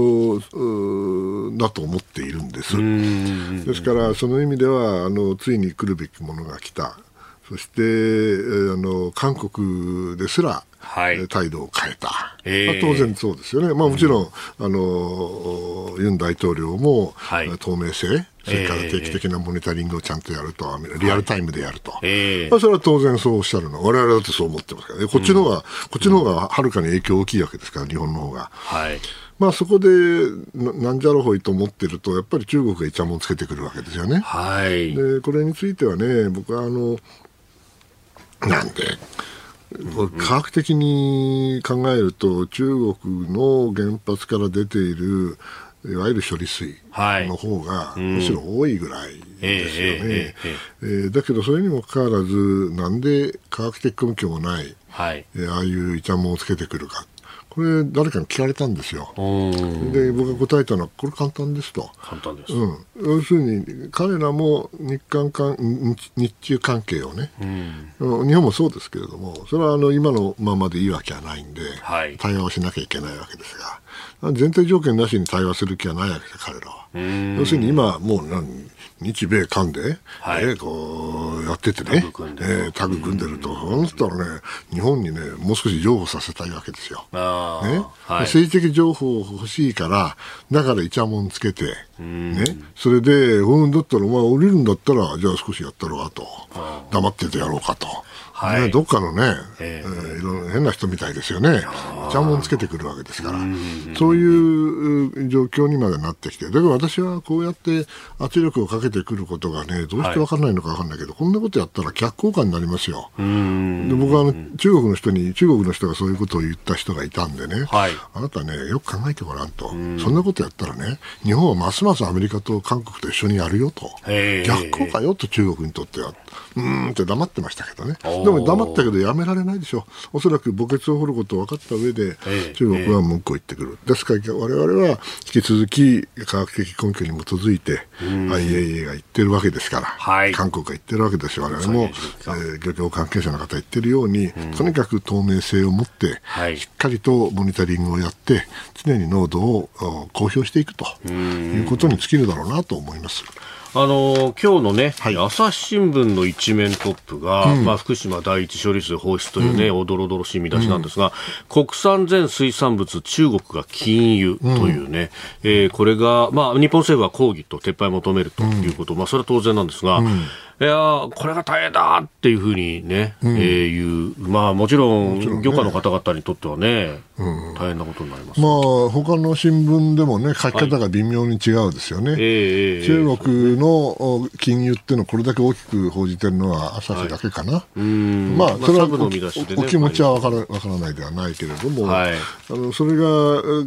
だと思っているんです。ですからその意味ではあのついに来るべきものが来た。そして、えー、あの韓国ですら、はい、態度を変えた、えー、当然そうですよね。まあ、もちろん、うん、あのユン大統領も、はい、透明性、それから定期的なモニタリングをちゃんとやると、リアルタイムでやると、はいえーまあ、それは当然そうおっしゃるの、我々だってそう思ってますからね。こっちの方が、うん、こっちの方がはるかに影響大きいわけですから、日本の方が。はいまあ、そこでなんじゃらほいと思ってると、やっぱり中国がイチャモンつけてくるわけですよね。はい、でこれについてはね、僕はあのなんで科学的に考えると、中国の原発から出ているいわゆる処理水の方がむしろ多いぐらいですよね。だけどそれにもかかわらず、なんで科学的根拠もない、はい、ああいうイチャモンをつけてくるか、これ誰かに聞かれたんですよ。で僕が答えたのは、これ簡単ですと。簡単です、うん、要するに彼らも日韓関日中関係をね、うん、日本もそうですけれども、それはあの今のままでいいわけはないんで、はい、対話をしなきゃいけないわけですが、前提条件なしに対話する気はないわけです、彼らは。要するに今もう何日米韓で、はいえー、こうやっててね、タグ組んでる、えー、タグ組んでると、そうしたらね、日本にねもう少し譲歩させたいわけですよ。あ、ねはい、政治的譲歩欲しいから、だからイチャモンつけて、ね、それで、うん、だったらお前降りるんだったらじゃあ少しやったろうかと、黙っててやろうかと。はい、ね、どっかのね、えーえー、いろんな変な人みたいですよね。イチャモンつけてくるわけですから、そういう状況にまでなってきて、だから私はこうやって圧力をかけてくることがね、どうして分からないのか分からないけど、はい、こんなことやったら逆効果になりますよ。で僕はあの中国の人に、中国の人がそういうことを言った人がいたんでね、はい、あなたね、よく考えてごらんと、そんなことやったらね、日本はますますアメリカと韓国と一緒にやるよと、逆効果よと、中国にとっては。うーんって黙ってましたけどね。でも黙ったけどやめられないでしょ。おそらく墓穴を掘ることを分かった上で、中国は文句を言ってくる。ですから我々は引き続き科学的根拠に基づいて アイエーイー が言ってるわけですから、はい、韓国が言ってるわけですよ。我々も、えー、漁業関係者の方言ってるように、とにかく透明性を持って、はい、しっかりとモニタリングをやって常に濃度を公表していくということに尽きるだろうなと思います。 あの今日のね、はい、朝日新聞の一面トップが、うんまあ、福島第一処理水放出というね、うん、おどろどろしい見出しなんですが、うん、国産全水産物中国が禁輸というね、うんえー、これが、まあ、日本政府は抗議と撤廃を求めるということ、うんまあ、それは当然なんですが、うんいやこれが大変だっていうふうにね、うんえー、いうまあもちろん漁家の方々にとってはね、うん、大変なことになります。 まあ他の新聞でもね書き方が微妙に違うですよね。はいえー、中国の禁輸っていうのをこれだけ大きく報じてるのは朝日だけかな。はい、うんまあそれは お,、まあね、お気持ちはわからわからないではないけれども、はい、あのそれが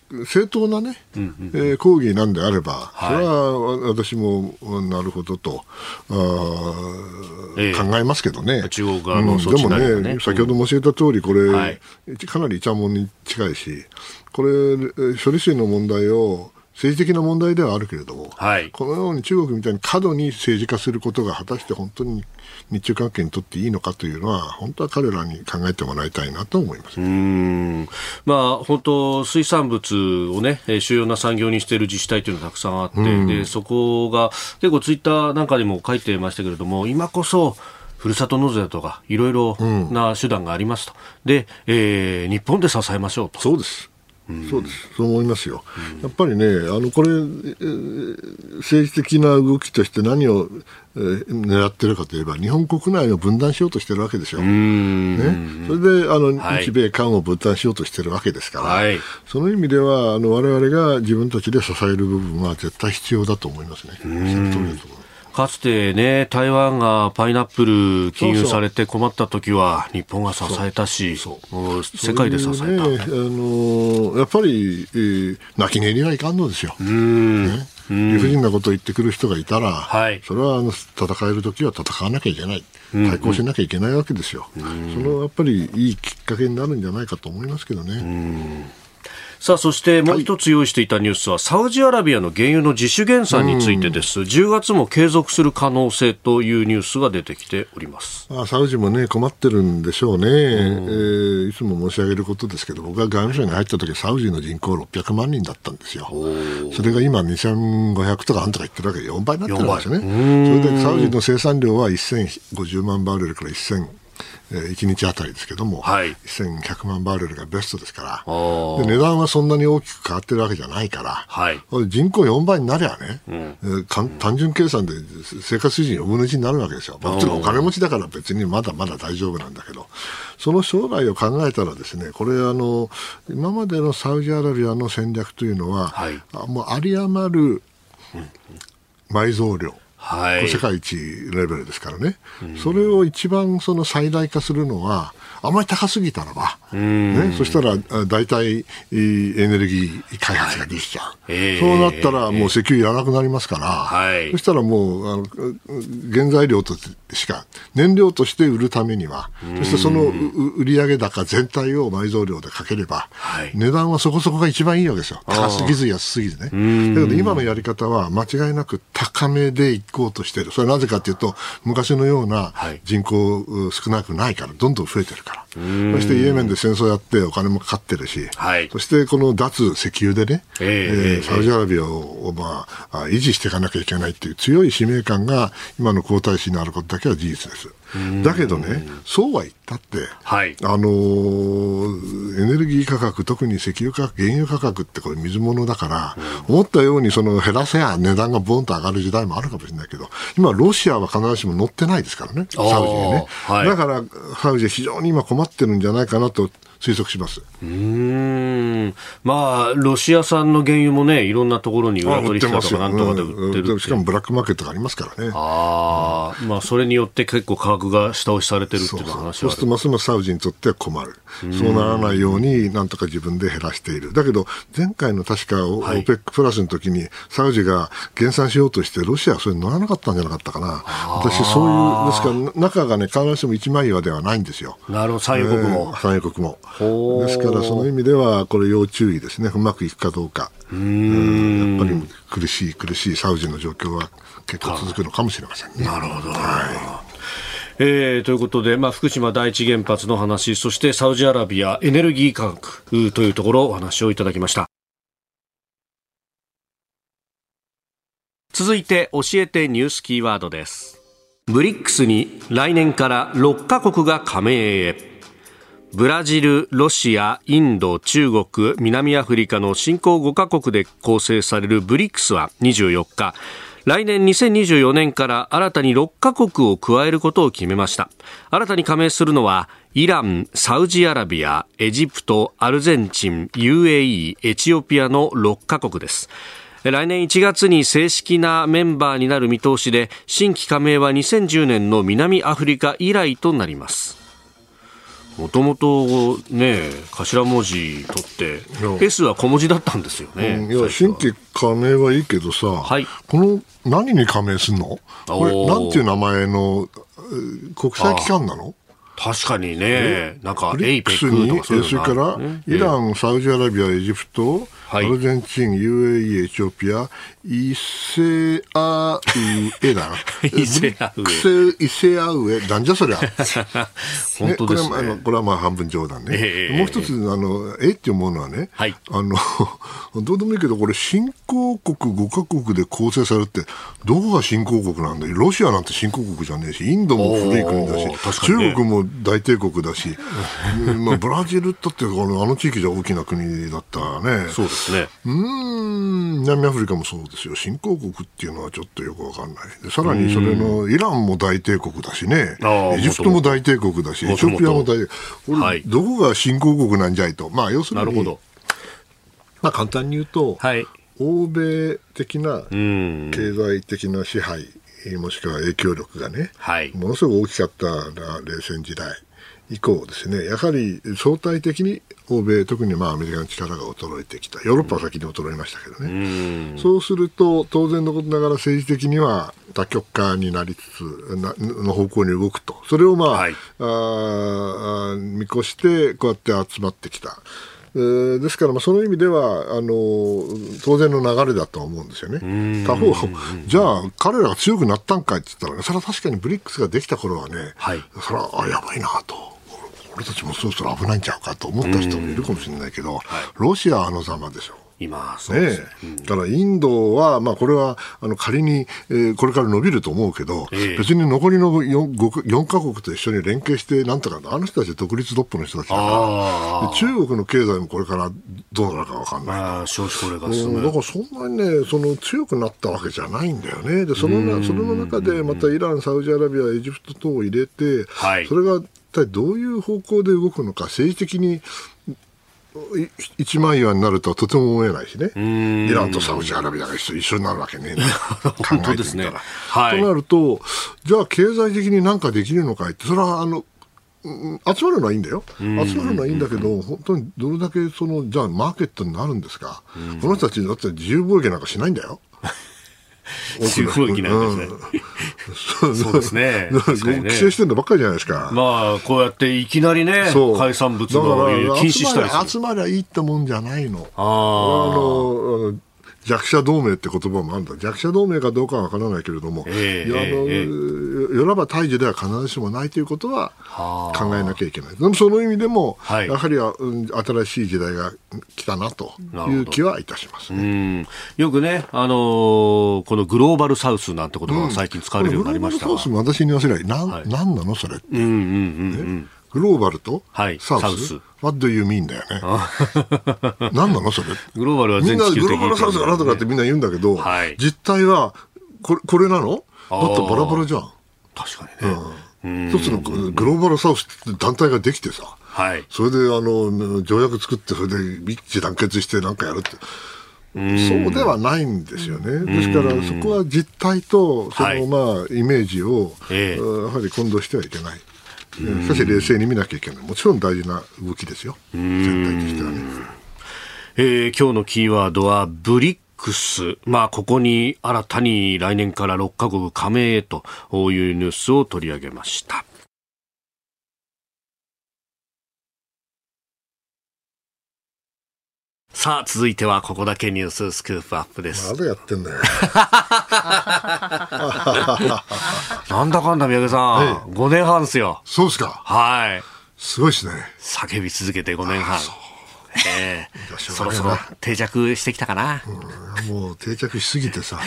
正当なね、うんうんえー、抗議なんであれば、はい、それは私もなるほどとあ、えー、考えますけどね。 中国側の措置なりがね、 うん、でもね、先ほど申し上げた通り、これ、はい、かなりイチャモンに近いし、これ、処理水の問題を政治的な問題ではあるけれども、はい、このように中国みたいに過度に政治化することが果たして本当に日中関係にとっていいのかというのは本当は彼らに考えてもらいたいなと思います。 うーん、まあ、本当水産物をね主要な産業にしている自治体というのがたくさんあって、うん、でそこが結構ツイッターなんかにも書いてましたけれども、今こそふるさと納税とかいろいろな手段がありますと、うん、で、えー、日本で支えましょうと。 そうです、うん、そうです、そう思いますよ、うん、やっぱりね、あのこれ、えー、政治的な動きとして何を、えー、狙っているかといえば、日本国内を分断しようとしているわけですよ、ね、それであの、はい、日米韓を分断しようとしているわけですから、はい、その意味ではあの我々が自分たちで支える部分は絶対必要だと思いますね。その通りだと思います。 かつてね、台湾がパイナップル禁輸されて困った時は日本が支えたし、そうそう世界で支えた、ね、あのやっぱり、えー、泣き寝入りはいかんのですよ。うん、ね、理不尽なことを言ってくる人がいたら、はい、それはあの戦える時は戦わなきゃいけない、対抗しなきゃいけないわけですよ。うん、そのやっぱりいいきっかけになるんじゃないかと思いますけどね。うん、 さあ、そしてもう一つ用意していたニュースは、はい、サウジアラビアの原油の自主減産についてです。じゅうがつも継続する可能性というニュースが出てきております。 ああ、サウジもね困ってるんでしょうね、えー、いつも申し上げることですけど、僕が外務省に入った時サウジの人口ろっぴゃくまんにんだったんですよ。それが今にせんごひゃくとかあんとか言ってるわけでよんばいになってるんですよね。それでサウジの生産量はせんごじゅうまんバレルからせんいちにちあたりですけども、はい、せんひゃくまんバレルがベストですから、で値段はそんなに大きく変わってるわけじゃないから、はい、人口よんばいになりゃね、うん、単純計算で生活水準よんぶんのいちになるわけですよ。もちろんお金持ちだから別にまだまだ大丈夫なんだけど、その将来を考えたらですね、これあの今までのサウジアラビアの戦略というのは、はい、もう有り余る埋蔵量、はい、世界一レベルですからね、うん、それを一番その最大化するのはあまり高すぎたらば、ね、そしたら大体エネルギー開発ができちゃう、はい、そうなったらもう石油いらなくなりますから、はい、そしたらもうあの原材料としか燃料として売るためには、そしてその売上高全体を埋蔵量でかければ、はい、値段はそこそこが一番いいわけですよ。高すぎず安すぎずね。だけど今のやり方は間違いなく高めでいこうとしている。それはなぜかというと、昔のような人口少なくないから、どんどん増えてるから。そしてイエメンで戦争やってお金もかかってるし、はい、そしてこの脱石油でね、えーえー、サウジアラビアを、まあ、維持していかなきゃいけないという強い使命感が今の皇太子にあることだけは事実です。だけどね、そうは言ったって、はい、あのー、エネルギー価格、特に石油価格、原油価格ってこれ水物だから、うん、思ったようにその減らせや値段がボンと上がる時代もあるかもしれないけど、今ロシアは必ずしも乗ってないですからね、サウジにね、はい、だからサウジは非常に今困ってるんじゃないかなと推測します。 うーん、まあロシア産の原油もね、いろんなところに裏取引とかなんとかで売ってるって、うん、 しかもブラックマーケットがありますからね。 あ、うん、まあそれによって結構価格が下押しされてるっていう話はある。 そうするとますますサウジにとっては困る。そうならないようになんとか自分で減らしている。だけど前回の確か オーペック プラスの時にサウジが減産しようとしてロシアはそれに乗らなかったんじゃなかったかな。私そういうですから中がね必ずしも一枚岩ではないんですよ。 なるほど、産油国も、 えー、産油国もですからその意味ではこれ要注意ですね。うまくいくかどうか。うーん、やっぱり苦しい苦しいサウジの状況は結構続くのかもしれませんね。 なるほど、はい。えー、ということで、まあ、福島第一原発の話、そしてサウジアラビアエネルギー価格というところお話をいただきました。続いて教えてニュースキーワードです。ブリックスに来年からろっかこくが加盟へ。ブラジル、ロシア、インド、中国、南アフリカの新興ごかこくで構成されるブリックスはにじゅうよっか、来年にせんにじゅうよねんから新たにろっかこくを加えることを決めました。新たに加盟するのはイラン、サウジアラビア、エジプト、アルゼンチン、ユーエーイー、エチオピアのろっかこくです。来年いちがつに正式なメンバーになる見通しで、新規加盟はにせんじゅうねんの南アフリカ以来となります。 もともとね頭文字取って S は小文字だったんですよね、 うん、いや新規加盟はいいけどさ、はい、この何に加盟すんの？これなんていう名前の国際機関なの？ 確かにね、なんかエイペックとかそういうのが、それからイラン、サウジアラビア、エジプト、はい、アルゼンチン、ユーエーイー、エチオピア、イセアウエだな。 イセアウエ。イセアウエ。なんじゃそりゃ。 本当ですね。 これは、あの、これはまあ半分冗談ね。えー、もう一つ、あの、えって思うのはね、はい、あの、どうでもいいけど、これ新興国ごカ国で構成されるって、どこが新興国なんだよ。ロシアなんて新興国じゃねえし、インドも古い国だし、ね、中国も大帝国だし、まあ、ブラジルだってあの、あの地域じゃ大きな国だったらね。 そうですね。 うーん、南アフリカもそうですよ。新興国っていうのはちょっとよくわかんない。でさらにそれのイランも大帝国だしね、エジプトも大帝国だし、エチオピアも大帝国。はい、どこが新興国なんじゃいと。まあ、要するに、なるほど、まあ、簡単に言うと、はい、欧米的な経済的な支配、もしくは影響力がね、はい、ものすごく大きかった冷戦時代以降ですね、やはり相対的に欧米、特にまあアメリカの力が衰えてきた。ヨーロッパは先に衰えましたけどね。うそうすると、当然のことながら政治的には多極化になりつつ、なの方向に動くと。それをまあ、はい、あ見越して、こうやって集まってきた。ですから、まあ、その意味ではあの当然の流れだと思うんですよね。他方、じゃあ彼らが強くなったんかいって言ったら、ね、それは確かにブリックスができた頃はね、はい、それはあやばいなと。俺たちもそろそろ危ないんちゃうかと思った人もいるかもしれないけど、はい、ロシアはあのざまでしょ。 今そうですね。 ね、だからインドは、まあ、これはあの仮に、えー、これから伸びると思うけど、えー、別に残りの 4, よんカ国と一緒に連携してなんとか、あの人たち独立独歩の人たちだから、中国の経済もこれからどうなるか分かんない。 まあ、少子高齢化進む。 だからそんなにね、その強くなったわけじゃないんだよね。でそのなそれの中でまたイラン、サウジアラビア、エジプト等を入れて、はい、それが一体どういう方向で動くのか、政治的に一枚岩になるとはとても思えないしね。イランとサウジアラビアが一緒になるわけね。 本当ですね。 はい、となると、じゃあ経済的に何かできるのかいって、それはあの集まるのはいいんだよ。集まるのはいいんだけど、本当にどれだけそのじゃあマーケットになるんですか。この人たちだって自由貿易なんかしないんだよ。 自由貿易なんですね。うん、そうですね。 規制してるのばっかりじゃないですか。 まあこうやっていきなりね、海産物の輸入禁止したりする。 集まりゃいいってもんじゃないの。あの弱者同盟って言葉もあるんだ。弱者同盟かどうかは分からないけれども、えー、いやあの、えー、よらば大樹では必ずしもないということは考えなきゃいけない。でもその意味でも、はい、やはり、うん、新しい時代が来たなという気はいたしますね。 うんよくね、あのー、このグローバルサウスなんて言葉が最近使われるようになりましたが、うん、グローバルサウスも私に言わせない。なん、はい、なんなのそれって。うんうんうんうんグローバルとサウス、はい、サウス What do you mean だよね。何なのそれ。 グローバルは全地球的にみんなグローバルサウスがなんとかってみんな言うんだけど、はい、実態はこれ、これなのだってバラバラじゃん。 確かにね。 うん、一つのグローバルサウスって団体ができてさ、はい、それであの条約作ってそれで一致団結してなんかやるって。そうではないんですよね。ですからそこは実態とそのまあイメージを、えー、やはり混同してはいけない。しかし冷静に見なきゃいけない。もちろん大事な動きですよ。全体としてはね。 えー、今日のキーワードはブリックス。まあここに新たに来年からろっカ国加盟へというニュースを取り上げました。さあ続いてはここだけニューススクープアップです。 まだやってんだよ。 なんだかんだ宮家さん、はい、ごねんはんですよ。 そうですか。 はい。 すごいですね。 叫び続けてごねんはん。えー、そろそろ定着してきたかな。 うん、もう定着しすぎてさ。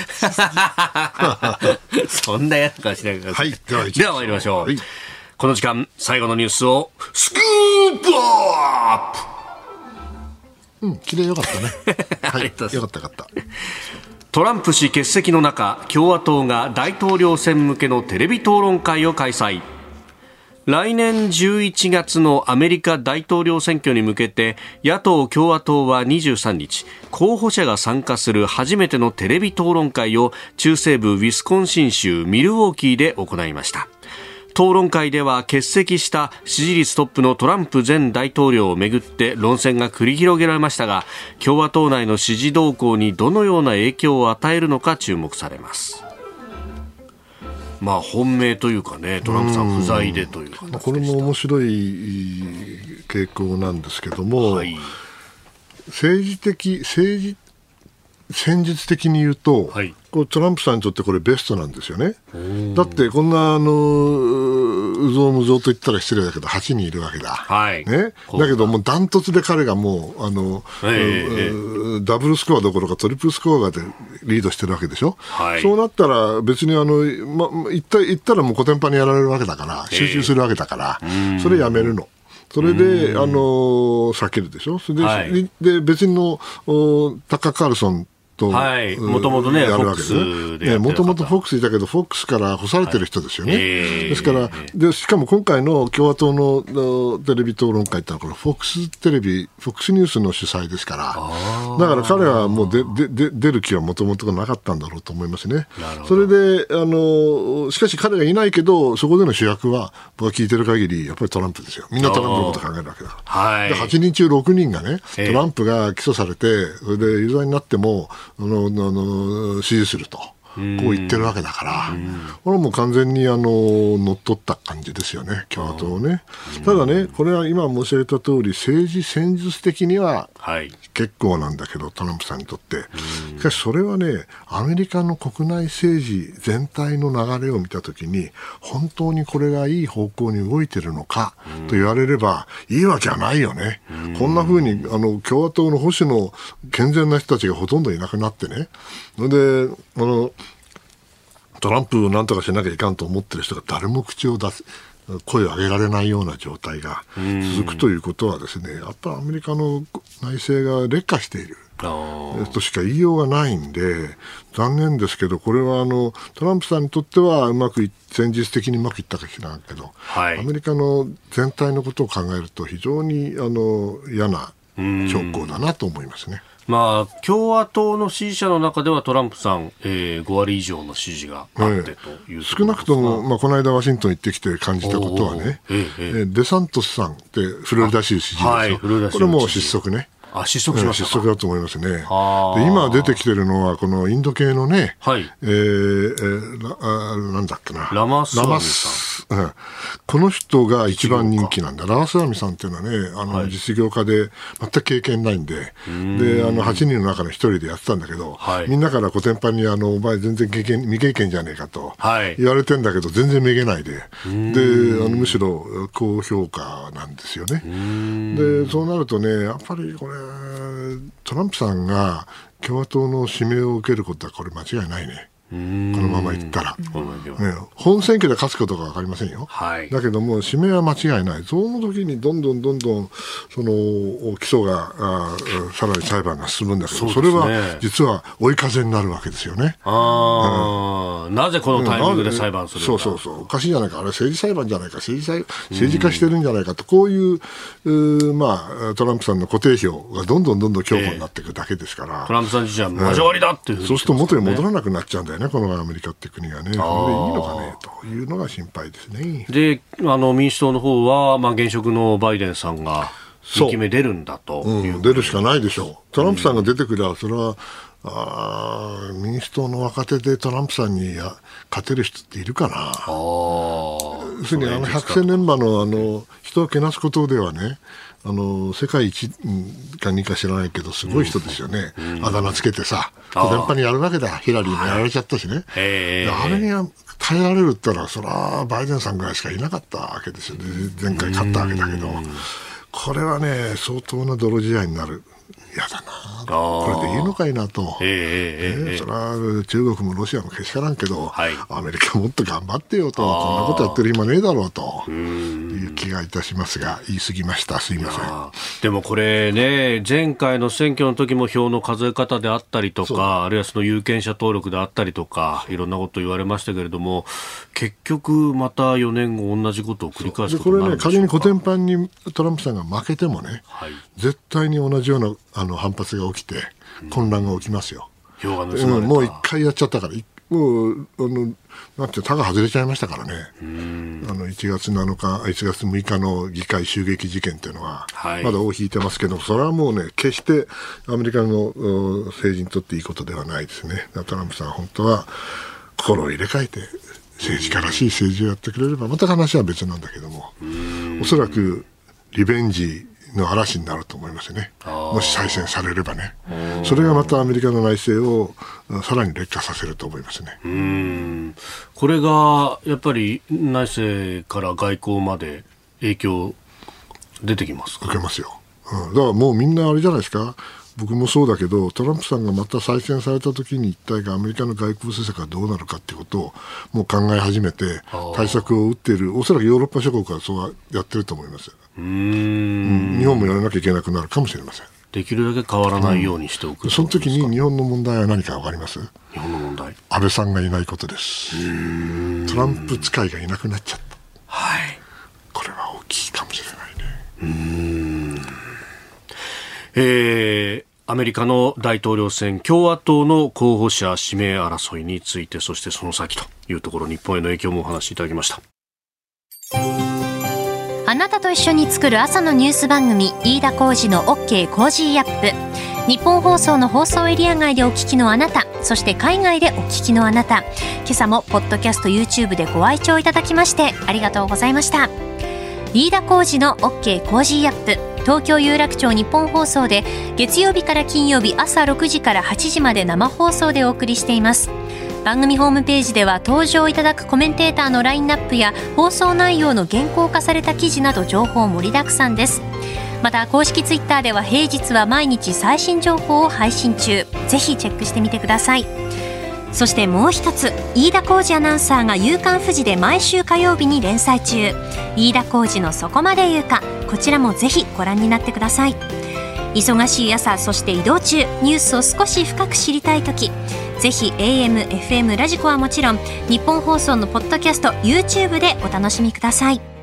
そんなやつかしないから。 はい。 ではでは参りましょう。はい、この時間最後のニュースをスクープアップ。 うん、綺麗よかったね。はい、よかったよかった。 トランプ氏欠席の中、共和党が大統領選向けのテレビ討論会を開催。来年じゅういちがつのアメリカ大統領選挙に向けて、野党共和党はにじゅうさんにち、候補者が参加する初めてのテレビ討論会を中西部ウィスコンシン州ミルウォーキーで行いました。 討論会では欠席した支持率トップのトランプ前大統領をめぐって論戦が繰り広げられましたが、共和党内の支持動向にどのような影響を与えるのか注目されます。まあ本命というかね、トランプさん不在でという形でした。 これも面白い傾向なんですけども、はい、政治的政治戦術的に言うと、はい、こうトランプさんにとってこれベストなんですよね。だってこんなあのうぞうむぞうと言ったら失礼だけどはちにんいるわけだ、はいね、だけどもうダントツで彼がもうあの、えー、ダブルスコアどころかトリプルスコアでリードしてるわけでしょ、はい、そうなったら別にあの、ま、言った、言ったらもうコテンパンにやられるわけだから集中するわけだから、えー、それやめるの。それで、あの避けるでしょ。それで、はい、で別のタッカー・カールソンはい、もともとね、フォックスでもともとフォックスいたけど、フォックスから干されてる人ですよね。はい、ですから、で、しかも今回の共和党のテレビ討論会ってのは、これ、フォックステレビ、フォックスニュースの主催ですから、だから彼はもうででで出る気はもともとなかったんだろうと思いますね。それで、あの、しかし彼がいないけど、そこでの主役は、僕が聞いてる限り、やっぱりトランプですよ。みんなトランプのこと考えるわけだから。はい、ではちにん中ろくにんがね、トランプが起訴されて、それで有罪になっても、あのあの支持するとこう言ってるわけだから、これはもう完全にあの乗っ取った感じですよね、共和党をね。ただね、これは今申し上げた通り政治戦術的には結構なんだけど、トランプさんにとって。しかしそれはね、アメリカの国内政治全体の流れを見たときに、本当にこれがいい方向に動いてるのかと言われればいいわけはないよね。こんな風にあの共和党の保守の健全な人たちがほとんどいなくなってね、であのトランプをなんとかしなきゃいかんと思ってる人が誰も口を出す声を上げられないような状態が続くということはですね、やっぱりアメリカの内政が劣化しているとしか言いようがないんで、残念ですけど、これはあのトランプさんにとってはうまくい戦術的にうまくいったかしらんけど、はい、アメリカの全体のことを考えると非常にあの嫌な兆候だなと思いますね。 まあ、共和党の支持者の中ではトランプさん、えー、ご割以上の支持があってという、 少なくとも、まあ、この間ワシントン行ってきて感じたことはね、えーえー、デサントスさんってフロリダ州支持ですよ、はい、これも失速ね。 あ、失速しましたか。 失速だと思いますね。で今出てきてるのはこのインド系のね、はい、えーえー、なんだっけな、 ラマスワミさん、 うん、この人が一番人気なんだ。ラマスワミさんっていうのはね、あの、はい、実業家で全く経験ないんで、であのはちにんの中のひとりでやってたんだけど、はい、みんなからコテンパンにあのお前全然経験未経験じゃねえかと言われてんだけど、全然めげないで、であのむしろ高評価なんですよね。でそうなるとね、やっぱりこれトランプさんが共和党の指名を受けることはこれ間違いないね。このままいったら、ね、本選挙で勝つことが分かりませんよ、はい、だけども指名は間違いない。その時にどんどんどんどんその起訴があさらに裁判が進むんだけど、 そ,、ね、それは実は追い風になるわけですよね。 あ、うん、なぜこのタイミングで裁判するんだ、 そうそうそう、おかしいじゃないか、あれ政治裁判じゃないか、政治, 政治化してるんじゃないかと、こういう、う、まあ、トランプさんの固定票がどんどんどんどん強固になっていくだけですから、えー、 トランプさん自身は交わりだっていうふうに、 ね、そうすると元に戻らなくなっちゃうんだよね、このアメリカって国がね。それでいいのかねというのが心配ですね。 で、あの民主党の方は、まあ、現職のバイデンさんがにきめ出るんだという、 うん、出るしかないでしょう。トランプさんが出てくれば、それはあ民主党の若手でトランプさんに勝てる人っているかな。あ要するにあの百戦錬磨のあの人をけなすことではね、あの世界一かにか知らないけどすごい人ですよね、うん、あだ名つけてさ、コテンパンにやるわけだ。ヒラリーもやられちゃったしね、はい、あれに耐えられるったらそれはバイデンさんぐらいしかいなかったわけですよね。前回勝ったわけだけど、これはね相当な泥仕合になる。嫌だな、これでいいのかいなと、えーえーえー、それは中国もロシアもけしからんけど、はい、アメリカもっと頑張ってよと、こんなことやってる暇ねえだろうという気がいたしますが、言い過ぎました、すいません。 でもこれね、前回の選挙の時も票の数え方であったりとか、あるいはその有権者登録であったりとか、いろんなこと言われましたけれども、結局またよねんご同じことを繰り返すことになるんでしょうか。 これね、仮にコテンパンにトランプさんが負けてもね、はい、絶対に同じようなあの反発が起きて混乱が起きますよ、 票が盗まれた、 うん、もう一回やっちゃったから、 もうあのなんてたが外れちゃいましたからね。あのいちがつなのかいちがつむいかの議会襲撃事件っていうのは、はい、まだ尾を引いてますけど、それはもうね決してアメリカの政治にとっていいことではないですね。トランプさん本当は心を入れ替えて政治家らしい政治をやってくれればまた話は別なんだけども、おそらくリベンジの嵐になると思いますね。もし再選されればね。それがまたアメリカの内政をさらに劣化させると思いますね。 うーん、これがやっぱり内政から外交まで影響出てきますか？ 受けますよ、うん、だからもうみんなあれじゃないですか。僕もそうだけど、トランプさんがまた再選された時に一体がアメリカの外交政策がどうなるかということをもう考え始めて対策を打っている。おそらくヨーロッパ諸国はそうやってると思います。うーん、日本もやらなきゃいけなくなるかもしれません。 できるだけ変わらないようにしておく、うん、 その時に日本の問題は何か分かります？ 日本の問題、 安倍さんがいないことです。うーん、トランプ使いがいなくなっちゃった、 はい、 これは大きいかもしれないね。 うーん、えーアメリカの大統領選、共和党の候補者指名争いについて、そしてその先というところ、日本への影響もお話しいただきました。 あなたと一緒に作る朝のニュース番組、飯田浩司の OK コージーアップ。日本放送の放送エリア外でお聞きのあなた、そして海外でお聞きのあなた、今朝もポッドキャスト YouTube でご愛聴いただきましてありがとうございました。飯田浩司の OK コージーアップ、東京有楽町日本放送で月曜日から金曜日朝ろくじからはちじまで生放送でお送りしています。番組ホームページでは登場いただくコメンテーターのラインナップや放送内容の原稿化された記事など情報盛りだくさんです。また公式ツイッターでは平日は毎日最新情報を配信中、ぜひチェックしてみてください。そしてもう一つ、飯田浩司アナウンサーが夕刊フジで毎週火曜日に連載中、飯田浩司のそこまで言うか、こちらもぜひご覧になってください。忙しい朝、そして移動中、ニュースを少し深く知りたいとき、ぜひ エーエム、エフエム ラジコはもちろん日本放送のポッドキャスト YouTube でお楽しみください。